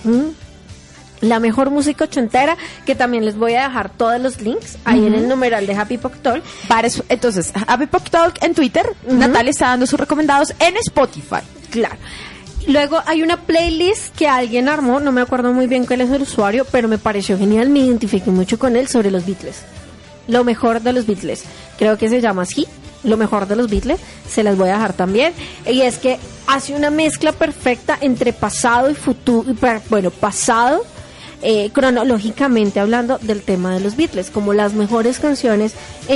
La mejor música ochentera, que también les voy a dejar todos los links ahí en el numeral de Happy Pop Talk. Entonces, Happy Pop Talk en Twitter, Natalia está dando sus recomendados en Spotify. Claro. Luego hay una playlist que alguien armó, no me acuerdo muy bien cuál es el usuario, pero me pareció genial, me identifiqué mucho con él, sobre los Beatles. Lo mejor de los Beatles. Creo que se llama así, lo mejor de los Beatles. Se las voy a dejar también. Y es que hace una mezcla perfecta entre pasado y futuro, bueno, pasado, cronológicamente hablando del tema de los Beatles, como las mejores canciones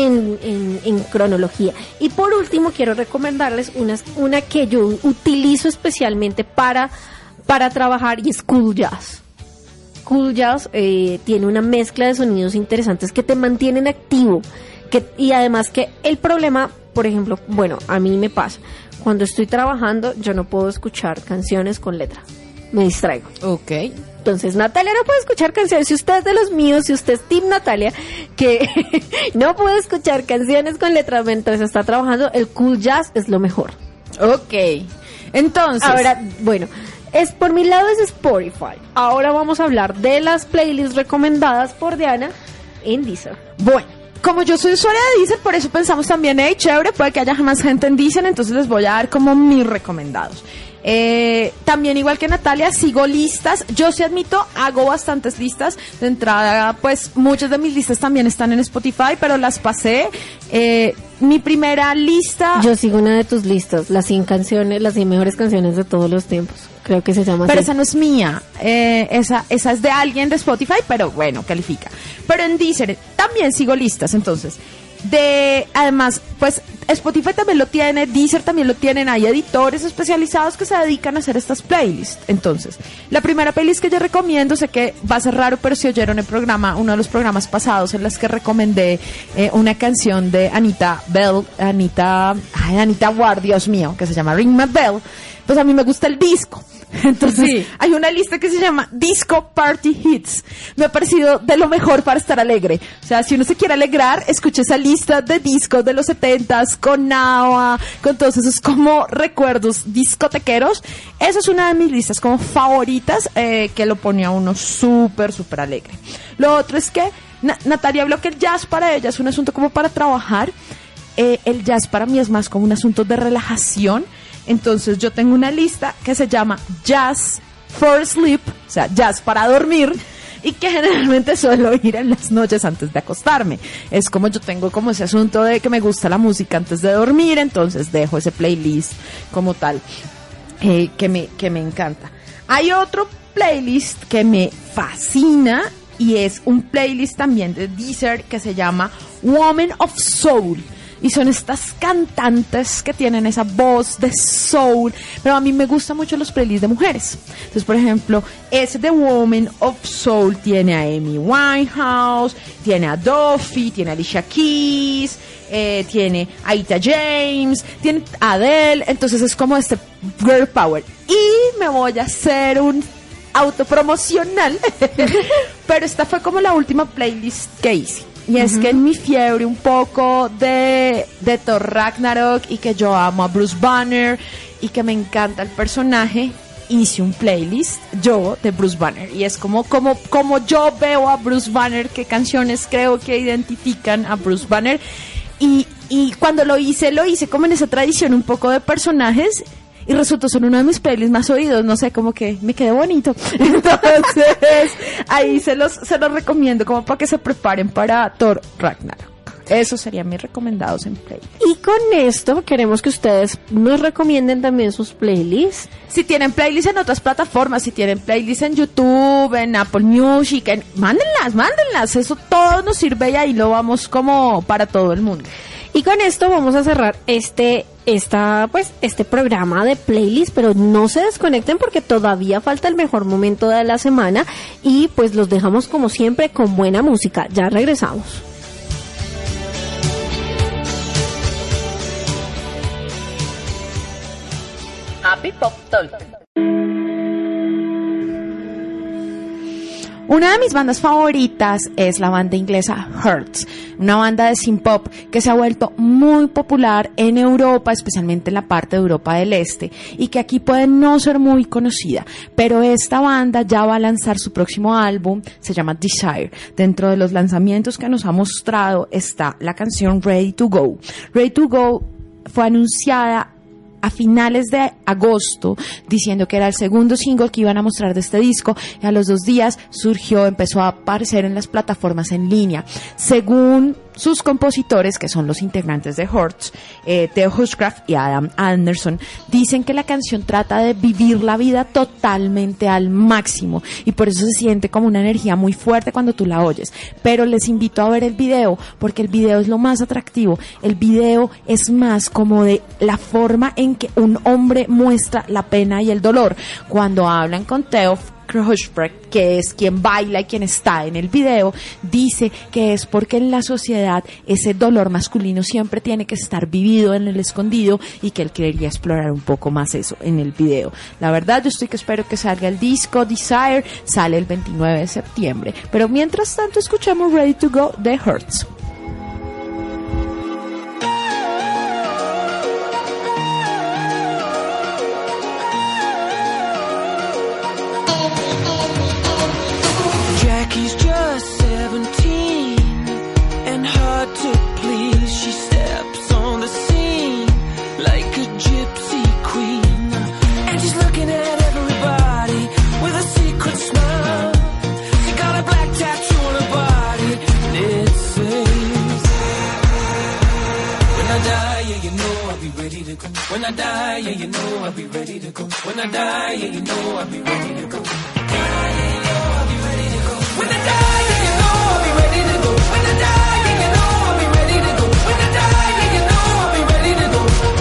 en cronología. Y por último quiero recomendarles una que yo utilizo especialmente para trabajar, y es Cool Jazz. Cool Jazz tiene una mezcla de sonidos interesantes que te mantienen activo, y además que el problema, por ejemplo, bueno, a mí me pasa, cuando estoy trabajando yo no puedo escuchar canciones con letra, me distraigo. Ok. Entonces Natalia no puede escuchar canciones. Si usted es de los míos, si usted es Team Natalia, que no puede escuchar canciones con letras mientras está trabajando, el Cool Jazz es lo mejor. Ok. Entonces, Ahora, bueno, por mi lado es Spotify. Ahora vamos a hablar de las playlists recomendadas por Diana en Deezer. bueno, como yo soy usuaria de Deezer, por eso pensamos también, chévere, puede que haya más gente en Deezer, entonces les voy a dar como mis recomendados. También, igual que Natalia, sigo listas. Yo sí admito, hago bastantes listas. De entrada, pues muchas de mis listas también están en Spotify, pero las pasé. Mi primera lista... Yo sigo una de tus listas, las 100 canciones, las 100 mejores canciones de todos los tiempos. Creo que se llama Pero así. esa no es mía, esa es de alguien de Spotify, pero bueno, califica. Pero en Deezer también sigo listas, entonces. Además, pues Spotify también lo tiene, Deezer también lo tienen, hay editores especializados que se dedican a hacer estas playlists. Entonces, la primera playlist que yo recomiendo, sé que va a ser raro, pero si oyeron el programa, uno de los programas pasados en las que recomendé una canción de Anita Ward, Dios mío, que se llama Ring My Bell, pues a mí me gusta el disco. Entonces, Sí. hay una lista que se llama Disco Party Hits. Me ha parecido de lo mejor para estar alegre. O sea, si uno se quiere alegrar, escuche esa lista de discos de los 70s, con Nava, con todos esos como recuerdos discotequeros. Esa es una de mis listas como favoritas, que lo pone a uno súper, súper alegre. Lo otro es que Natalia habló que el jazz para ella es un asunto como para trabajar. El jazz para mí es más como un asunto de relajación. Entonces yo tengo una lista que se llama Jazz for Sleep, o sea, jazz para dormir, y que generalmente suelo oír en las noches antes de acostarme. Es como yo tengo como ese asunto de que me gusta la música antes de dormir, entonces dejo ese playlist como tal, que me encanta. Hay otro playlist que me fascina y es un playlist también de Deezer que se llama Woman of Soul. Y son estas cantantes que tienen esa voz de soul, pero a mí me gustan mucho los playlists de mujeres. Entonces, por ejemplo, ese de Woman of Soul tiene a Amy Winehouse, tiene a Duffy, tiene a Alicia Keys, tiene a Etta James, tiene a Adele. Entonces es como este girl power. Y me voy a hacer un autopromocional, pero esta fue como la última playlist que hice. Y es que en mi fiebre un poco de Thor Ragnarok y que yo amo a Bruce Banner y que me encanta el personaje, hice un playlist yo de Bruce Banner. Y es como yo veo a Bruce Banner, qué canciones creo que identifican a Bruce Banner. Y cuando lo hice como en esa tradición un poco de personajes. Y resultó ser uno de mis playlists más oídos, no sé, como que me quedó bonito. Entonces, ahí se los recomiendo como para que se preparen para Thor Ragnarok. Esos serían mis recomendados en playlist. Y con esto queremos que ustedes nos recomienden también sus playlists. Si tienen playlists en otras plataformas, si tienen playlists en YouTube, en Apple Music, mándenlas. Eso todo nos sirve y ahí lo vamos como para todo el mundo. Y con esto vamos a cerrar este programa de playlist, pero no se desconecten porque todavía falta el mejor momento de la semana y pues los dejamos como siempre con buena música. Ya regresamos. Happy Pop Talk. Una de mis bandas favoritas es la banda inglesa Hurts, una banda de synth pop que se ha vuelto muy popular en Europa, especialmente en la parte de Europa del Este, y que aquí puede no ser muy conocida, pero esta banda ya va a lanzar su próximo álbum, se llama Desire. Dentro de los lanzamientos que nos ha mostrado está la canción Ready to Go. Ready to Go fue anunciada a finales de agosto, diciendo que era el segundo single que iban a mostrar de este disco, y a los 2 días empezó a aparecer en las plataformas en línea. Según sus compositores, que son los integrantes de Hurts, Theo Hushcraft y Adam Anderson, dicen que la canción trata de vivir la vida totalmente al máximo, y por eso se siente como una energía muy fuerte cuando tú la oyes. Pero les invito a ver el video, porque el video es lo más atractivo. El video es más como de la forma en que un hombre muestra la pena y el dolor. Cuando hablan con Theo Hushcraft, que es quien baila y quien está en el video, dice que es porque en la sociedad ese dolor masculino siempre tiene que estar vivido en el escondido, y que él quería explorar un poco más eso en el video. La verdad, yo estoy que espero que salga el disco. Desire sale el 29 de septiembre, pero mientras tanto escuchamos Ready to Go de Hurts. Jackie's just 17 and hard to please. She steps on the scene like a gypsy queen, and she's looking at everybody with a secret smile. She got a black tattoo on her body, and it says, when I die, yeah, you know I'll be ready to go. When I die, yeah, you know I'll be ready to go. When I die, yeah, you know I'll be ready to go. When I die, yeah, you know I'll be ready to go. When I die, yeah, you know I'll be ready to go. When I die, yeah, you know I'll be ready to go.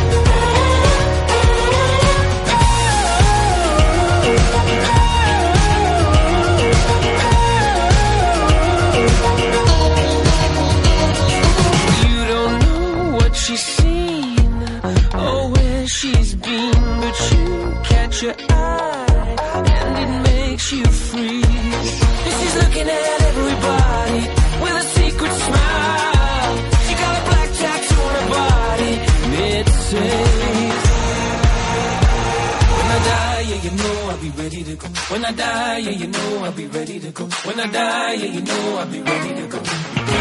You don't know what she's seen or where she's been, but you catch your eye and it makes you freeze. She's looking at everybody with a secret smile. She got a black tattoo on her body, and it says, when I die, yeah, you know I'll be ready to go. When I die, yeah, you know I'll be ready to go. When I die, yeah, you know I'll be ready to go. When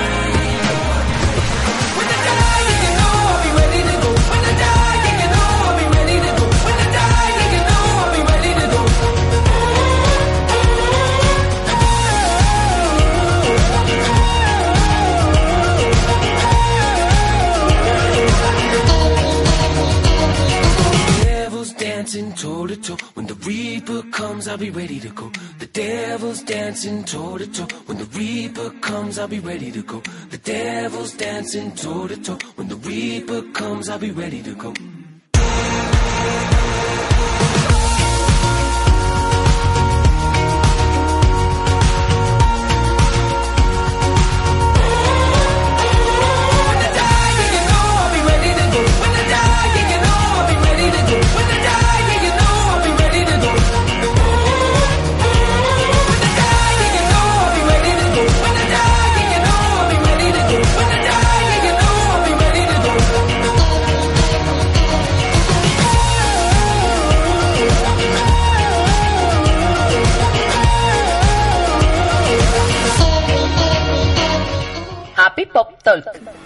I die, yeah, you know I'll be ready to go. When I die, yeah, you know I'll be ready to go. When I die, yeah, you know I'll be ready to go. Dancing toe to toe. When the Reaper comes, I'll be ready to go. The devil's dancing toe to toe. When the Reaper comes, I'll be ready to go. The devil's dancing toe to toe. When the Reaper comes, I'll be ready to go. Happy Pop Talk.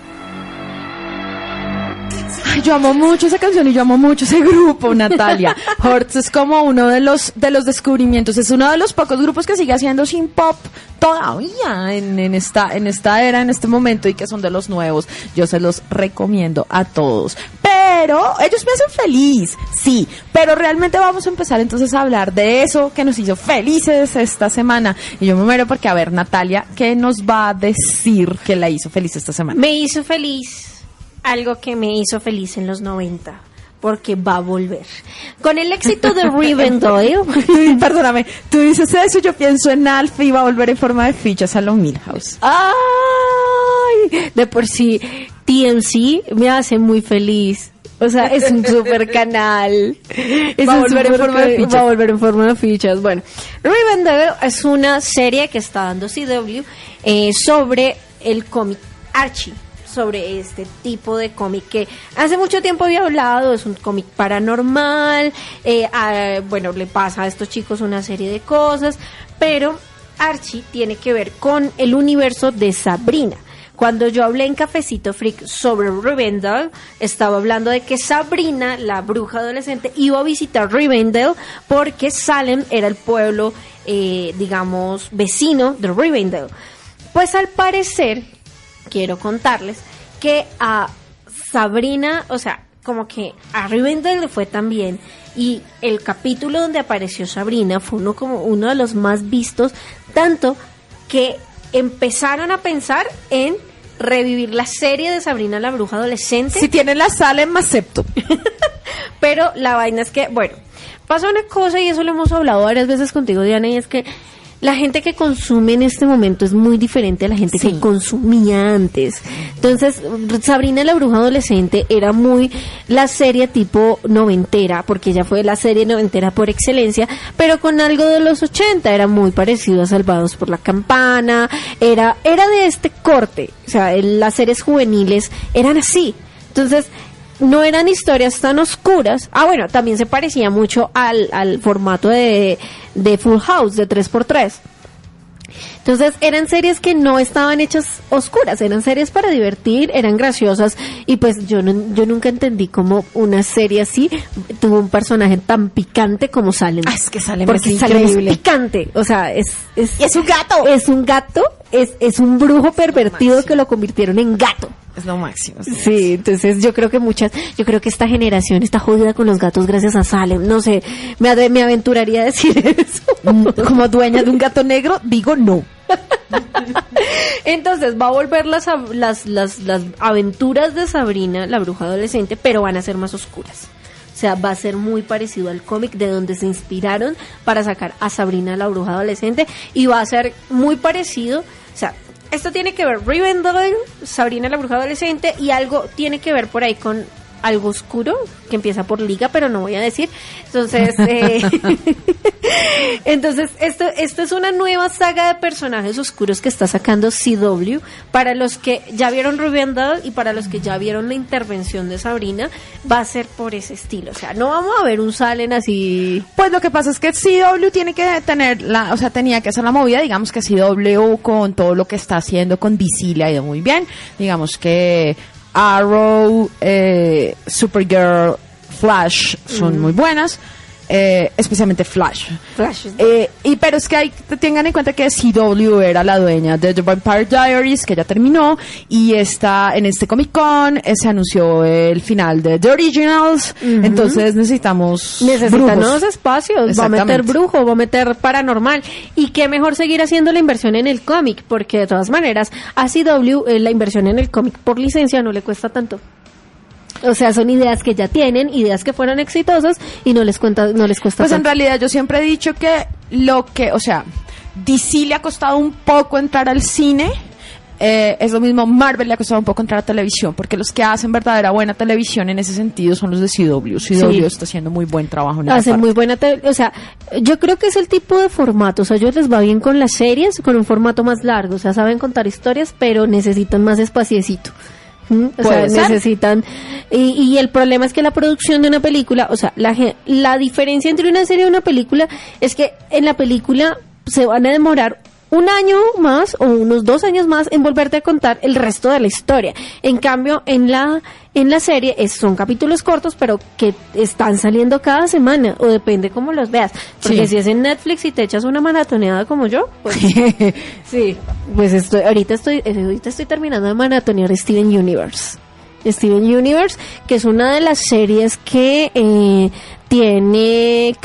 Ay, yo amo mucho esa canción y yo amo mucho ese grupo, Natalia. Hortz es como uno de los descubrimientos, es uno de los pocos grupos que sigue haciendo synth pop todavía en esta era, en este momento, y que son de los nuevos. Yo se los recomiendo a todos. Pero ellos me hacen feliz, sí, pero realmente vamos a empezar entonces a hablar de eso que nos hizo felices esta semana. Y yo me muero porque, a ver, Natalia, ¿qué nos va a decir que la hizo feliz esta semana? Me hizo feliz algo que me hizo feliz en los 90, porque va a volver. Con el éxito de Rivendell. Perdóname, tú dices eso, yo pienso en Alf y va a volver en forma de fichas a los Milhouse. ¡Ay! De por sí, TMC me hace muy feliz. O sea, es un super canal. Va a volver en forma de fichas. Bueno, Rivendell es una serie que está dando CW sobre el cómic Archie, sobre este tipo de cómic que hace mucho tiempo había hablado. Es un cómic paranormal, bueno, le pasa a estos chicos una serie de cosas, pero Archie tiene que ver con el universo de Sabrina. Cuando yo hablé en Cafecito Freak sobre Rivendell, estaba hablando de que Sabrina, la bruja adolescente, iba a visitar Rivendell porque Salem era el pueblo, digamos, vecino de Rivendell. Pues al parecer, quiero contarles que a Sabrina, o sea, como que a Rivendell le fue tan bien, y el capítulo donde apareció Sabrina fue uno de los más vistos, tanto que empezaron a pensar en revivir la serie de Sabrina la bruja adolescente. Si tienen la sala, me acepto. Pero la vaina es que, bueno, pasa una cosa, y eso lo hemos hablado varias veces contigo, Diana, y es que la gente que consume en este momento es muy diferente a la gente que consumía antes. Entonces, Sabrina la bruja adolescente era muy la serie tipo noventera, porque ella fue la serie noventera por excelencia, pero con algo de los 80. Era muy parecido a Salvados por la Campana, era de este corte. O sea, las series juveniles eran así. Entonces, no eran historias tan oscuras. Bueno, también se parecía mucho al formato de Full House, de 3x3. Entonces eran series que no estaban hechas oscuras, eran series para divertir, eran graciosas, y pues yo nunca entendí cómo una serie así tuvo un personaje tan picante como Salem. Es que Salem porque es Salem increíble. es picante, o sea, es un gato. Es un gato, es un brujo pervertido que lo convirtieron en gato. Es lo máximo. Sí, entonces yo creo que esta generación está jodida con los gatos gracias a Salem. No sé, me aventuraría a decir eso. Como dueña de un gato negro, digo no. Entonces va a volver las aventuras de Sabrina, la bruja adolescente, pero van a ser más oscuras. O sea, va a ser muy parecido al cómic de donde se inspiraron para sacar a Sabrina, la bruja adolescente, y va a ser muy parecido. O sea, esto tiene que ver Rivendell, Sabrina, la bruja adolescente, y algo tiene que ver por ahí con algo oscuro que empieza por Liga, pero no voy a decir. Entonces, entonces esto es una nueva saga de personajes oscuros que está sacando CW. Para los que ya vieron Rivendell y para los que ya vieron la intervención de Sabrina, va a ser por ese estilo. O sea, no vamos a ver un Salem así. Pues lo que pasa es que CW tiene que tener tenía que hacer la movida, digamos que CW con todo lo que está haciendo con DC le ha ido muy bien. Digamos que Arrow, Supergirl, Flash son muy buenas, especialmente Flash. Pero es que tengan en cuenta que CW era la dueña de The Vampire Diaries, que ya terminó, y en este Comic Con se anunció el final de The Originals. Entonces necesitan nuevos espacios, va a meter brujo, va a meter paranormal, y qué mejor seguir haciendo la inversión en el cómic, porque de todas maneras a CW la inversión en el cómic por licencia no le cuesta tanto. O sea, son ideas que ya tienen, ideas que fueron exitosas y no les cuesta pues tanto. En realidad yo siempre he dicho que DC le ha costado un poco entrar al cine, es lo mismo Marvel le ha costado un poco entrar a televisión, porque los que hacen verdadera buena televisión en ese sentido son los de CW. CW está haciendo muy buen trabajo en esa hacen parte. Muy buena o sea, yo creo que es el tipo de formato, o sea, a ellos les va bien con las series, con un formato más largo, o sea, saben contar historias, pero necesitan más espaciecito. O sea, necesitan y el problema es que la producción de una película, o sea, la diferencia entre una serie y una película es que en la película se van a demorar un año más o unos 2 años más en volverte a contar el resto de la historia. En cambio, en la serie son capítulos cortos, pero que están saliendo cada semana, o depende cómo los veas. Porque si es en Netflix y te echas una maratoneada como yo, pues sí, pues ahorita estoy terminando de maratonear Steven Universe, que es una de las series que tiene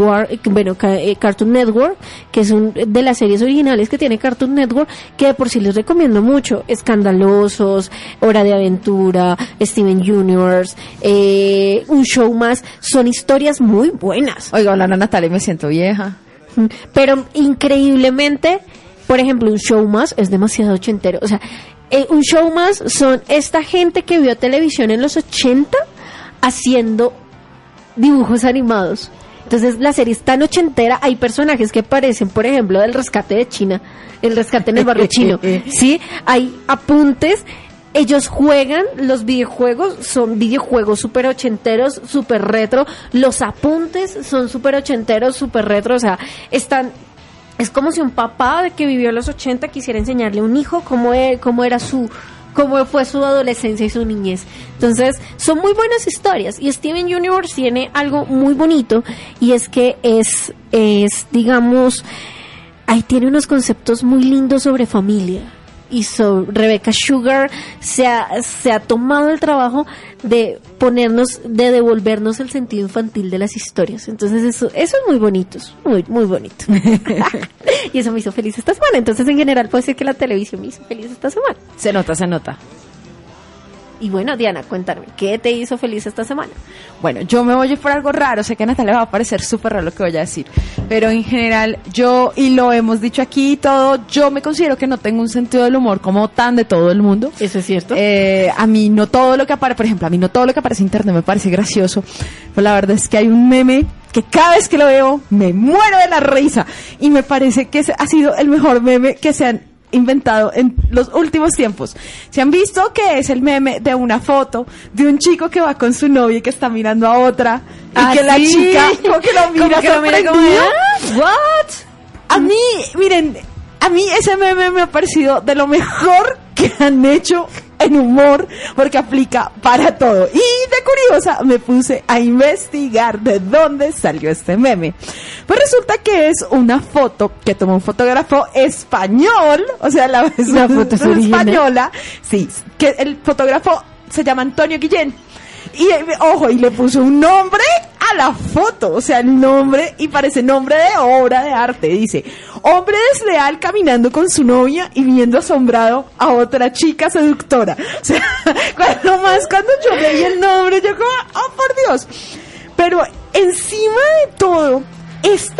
Cartoon Network, que es de las series originales que tiene Cartoon Network, que de por sí les recomiendo mucho. Escandalosos, Hora de Aventura, Steven Universe, Un Show Más, son historias muy buenas. Oiga, hola Natalia, me siento vieja. Pero increíblemente, por ejemplo, Un Show Más es demasiado ochentero. O sea, Un Show Más son esta gente que vio televisión en los 80 haciendo dibujos animados. Entonces la serie es tan ochentera, hay personajes que parecen, por ejemplo, del Rescate de China, el rescate en el barrio chino, ¿sí? Hay apuntes, ellos juegan, los videojuegos son videojuegos súper ochenteros, súper retro, los apuntes son súper ochenteros, súper retro, o sea, es como si un papá que vivió en los 80 quisiera enseñarle a un hijo cómo fue su adolescencia y su niñez. Entonces, son muy buenas historias. Y Steven Universe tiene algo muy bonito, y es que digamos, ahí tiene unos conceptos muy lindos sobre familia. Y Rebecca Sugar se ha tomado el trabajo de devolvernos el sentido infantil de las historias. Entonces eso es muy bonito, muy, muy bonito. Y eso me hizo feliz esta semana. Entonces, en general, puedo decir que la televisión me hizo feliz esta semana. Se nota. Y bueno, Diana, cuéntame, ¿qué te hizo feliz esta semana? Bueno, yo me voy a ir por algo raro, sé que a Natalia va a parecer súper raro lo que voy a decir, pero en general y lo hemos dicho aquí y todo, yo me considero que no tengo un sentido del humor como tan de todo el mundo. Eso es cierto. A mí no todo lo que aparece, por ejemplo, en internet me parece gracioso, pues la verdad es que hay un meme que cada vez que lo veo me muero de la risa, y me parece que ha sido el mejor meme que se han inventado en los últimos tiempos. ¿Se han visto que es el meme de una foto de un chico que va con su novia y que está mirando a otra, y que la chica como que lo mira sorprendida? ¿What? A mí ese meme me ha parecido de lo mejor que han hecho en humor, porque aplica para todo. Y de curiosa me puse a investigar de dónde salió este meme. Pues resulta que es una foto que tomó un fotógrafo español, o sea, la foto es española, sí, que el fotógrafo se llama Antonio Guillén. Y ojo, y le puso un nombre a la foto, o sea, el nombre, y parece nombre de obra de arte. Dice: hombre desleal caminando con su novia y viendo asombrado a otra chica seductora. O sea, cuando yo leí el nombre, yo como, oh por Dios. Pero encima de todo, esta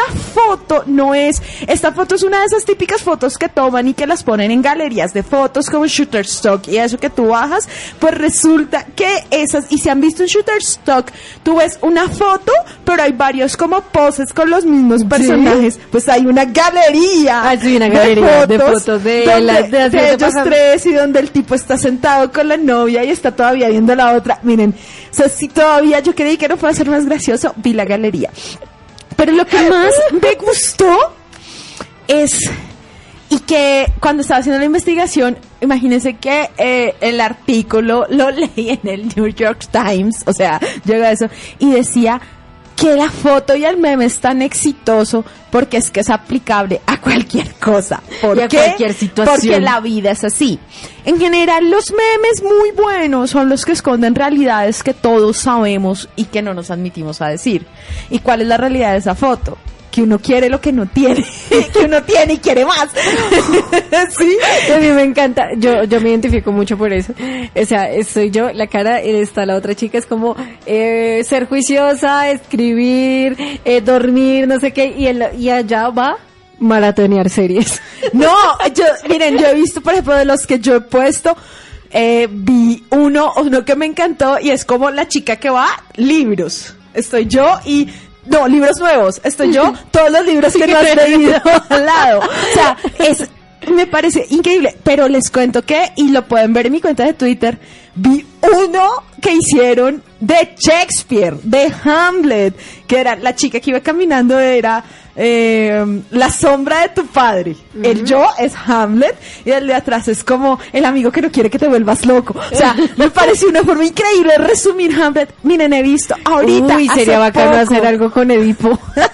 foto no es, esta foto es una de esas típicas fotos que toman y que las ponen en galerías de fotos como Shutterstock y eso que tú bajas, pues resulta que esas, y si han visto en Shutterstock, tú ves una foto, pero hay varios como poses con los mismos personajes, pues hay una galería, una galería de fotos de ellos tres, y donde el tipo está sentado con la novia y está todavía viendo la otra. Miren, o sea, si todavía yo creí que no puede ser más gracioso, vi la galería. Pero lo que más me gustó es, y que cuando estaba haciendo la investigación, imagínense que el artículo lo leí en el New York Times, o sea, llegó a eso, y decía que la foto y el meme es tan exitoso porque es que es aplicable a cualquier cosa. ¿Por y a qué? cualquier situación. Porque la vida es así. En general, los memes muy buenos son los que esconden realidades que todos sabemos y que no nos admitimos a decir. ¿Y cuál es la realidad de esa foto? Que uno quiere lo que no tiene, que uno tiene y quiere más. Sí, a mí me encanta, yo me identifico mucho por eso. O sea, soy yo, la cara, está la otra chica, es como ser juiciosa, escribir, dormir, no sé qué, y allá va maratonear series. No, miren, yo he visto, por ejemplo, de los que yo he puesto, vi uno que me encantó y es como la chica que va, libros. Estoy yo y... No, libros nuevos. Estoy yo, todos los libros que no has leído al lado. O sea, me parece increíble. Pero les cuento que, y lo pueden ver en mi cuenta de Twitter, vi uno que hicieron de Shakespeare, de Hamlet, que era la chica que iba caminando, era la sombra de tu padre. El yo es Hamlet y el de atrás es como el amigo que no quiere que te vuelvas loco. O sea, me pareció una forma increíble de resumir Hamlet. Miren, he visto ahorita. Uy, sería bacano hacer algo con Edipo.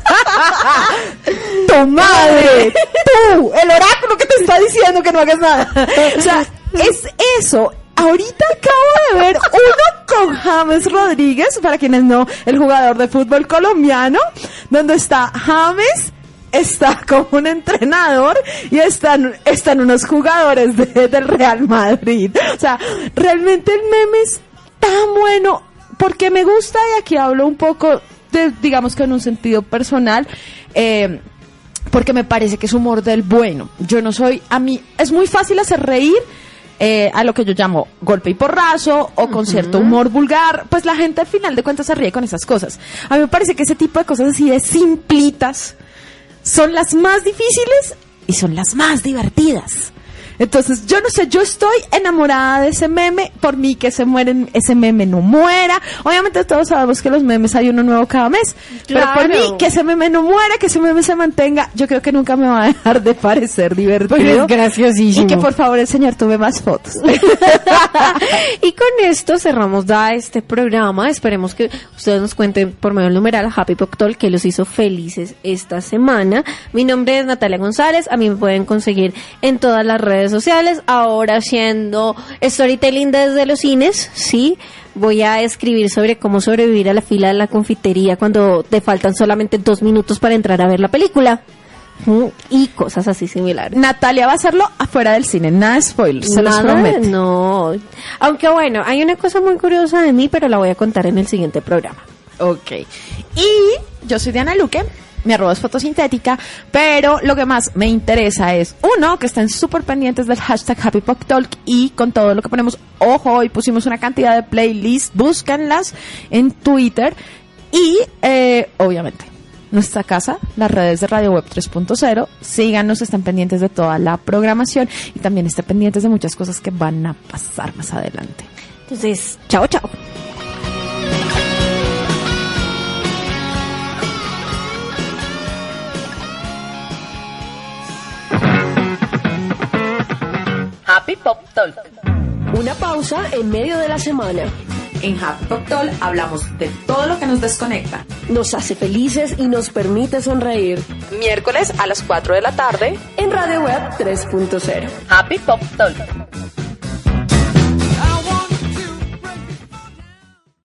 ¡Tu madre! ¡Tú! El oráculo que te está diciendo que no hagas nada. O sea, es eso. Ahorita acabo de ver uno con James Rodríguez, para quienes no, el jugador de fútbol colombiano, donde está James, está como un entrenador y están unos jugadores del Real Madrid. O sea, realmente el meme es tan bueno porque me gusta, y aquí hablo un poco de, digamos que en un sentido personal, porque me parece que es humor del bueno. Yo no soy, a mí es muy fácil hacer reír, a lo que yo llamo golpe y porrazo o con cierto humor vulgar, pues la gente al final de cuentas se ríe con esas cosas. A mí me parece que ese tipo de cosas así de simplitas son las más difíciles y son las más divertidas. Entonces, yo no sé, yo estoy enamorada de ese meme. Por mí que ese meme no muera. Obviamente todos sabemos que los memes hay uno nuevo cada mes. Claro. Pero por mí que ese meme no muera, que ese meme se mantenga, yo creo que nunca me va a dejar de parecer divertido. Pues es graciosísimo. Y que por favor el señor tome más fotos. Y con esto cerramos ya este programa. Esperemos que ustedes nos cuenten por medio del numeral Happy Pop Talk que los hizo felices esta semana. Mi nombre es Natalia González. A mí me pueden conseguir en todas las redes sociales, ahora haciendo storytelling desde los cines, sí, voy a escribir sobre cómo sobrevivir a la fila de la confitería cuando te faltan solamente 2 minutos para entrar a ver la película, y cosas así similares. Natalia va a hacerlo afuera del cine, nada de spoilers, se los prometo. No, aunque bueno, hay una cosa muy curiosa de mí, pero la voy a contar en el siguiente programa. Ok, y yo soy Diana Luque. Mi arroba es fotosintética, pero lo que más me interesa es, uno, que estén súper pendientes del hashtag Happy Pop Talk y con todo lo que ponemos, ojo, hoy pusimos una cantidad de playlists, búscanlas en Twitter y, obviamente, nuestra casa, las redes de Radio Web 3.0, síganos, estén pendientes de toda la programación y también estén pendientes de muchas cosas que van a pasar más adelante. Entonces, chao, chao. Happy Pop Talk. Una pausa en medio de la semana. En Happy Pop Talk hablamos de todo lo que nos desconecta. Nos hace felices y nos permite sonreír. Miércoles a las 4 de la tarde En Radio Web 3.0. Happy Pop Talk.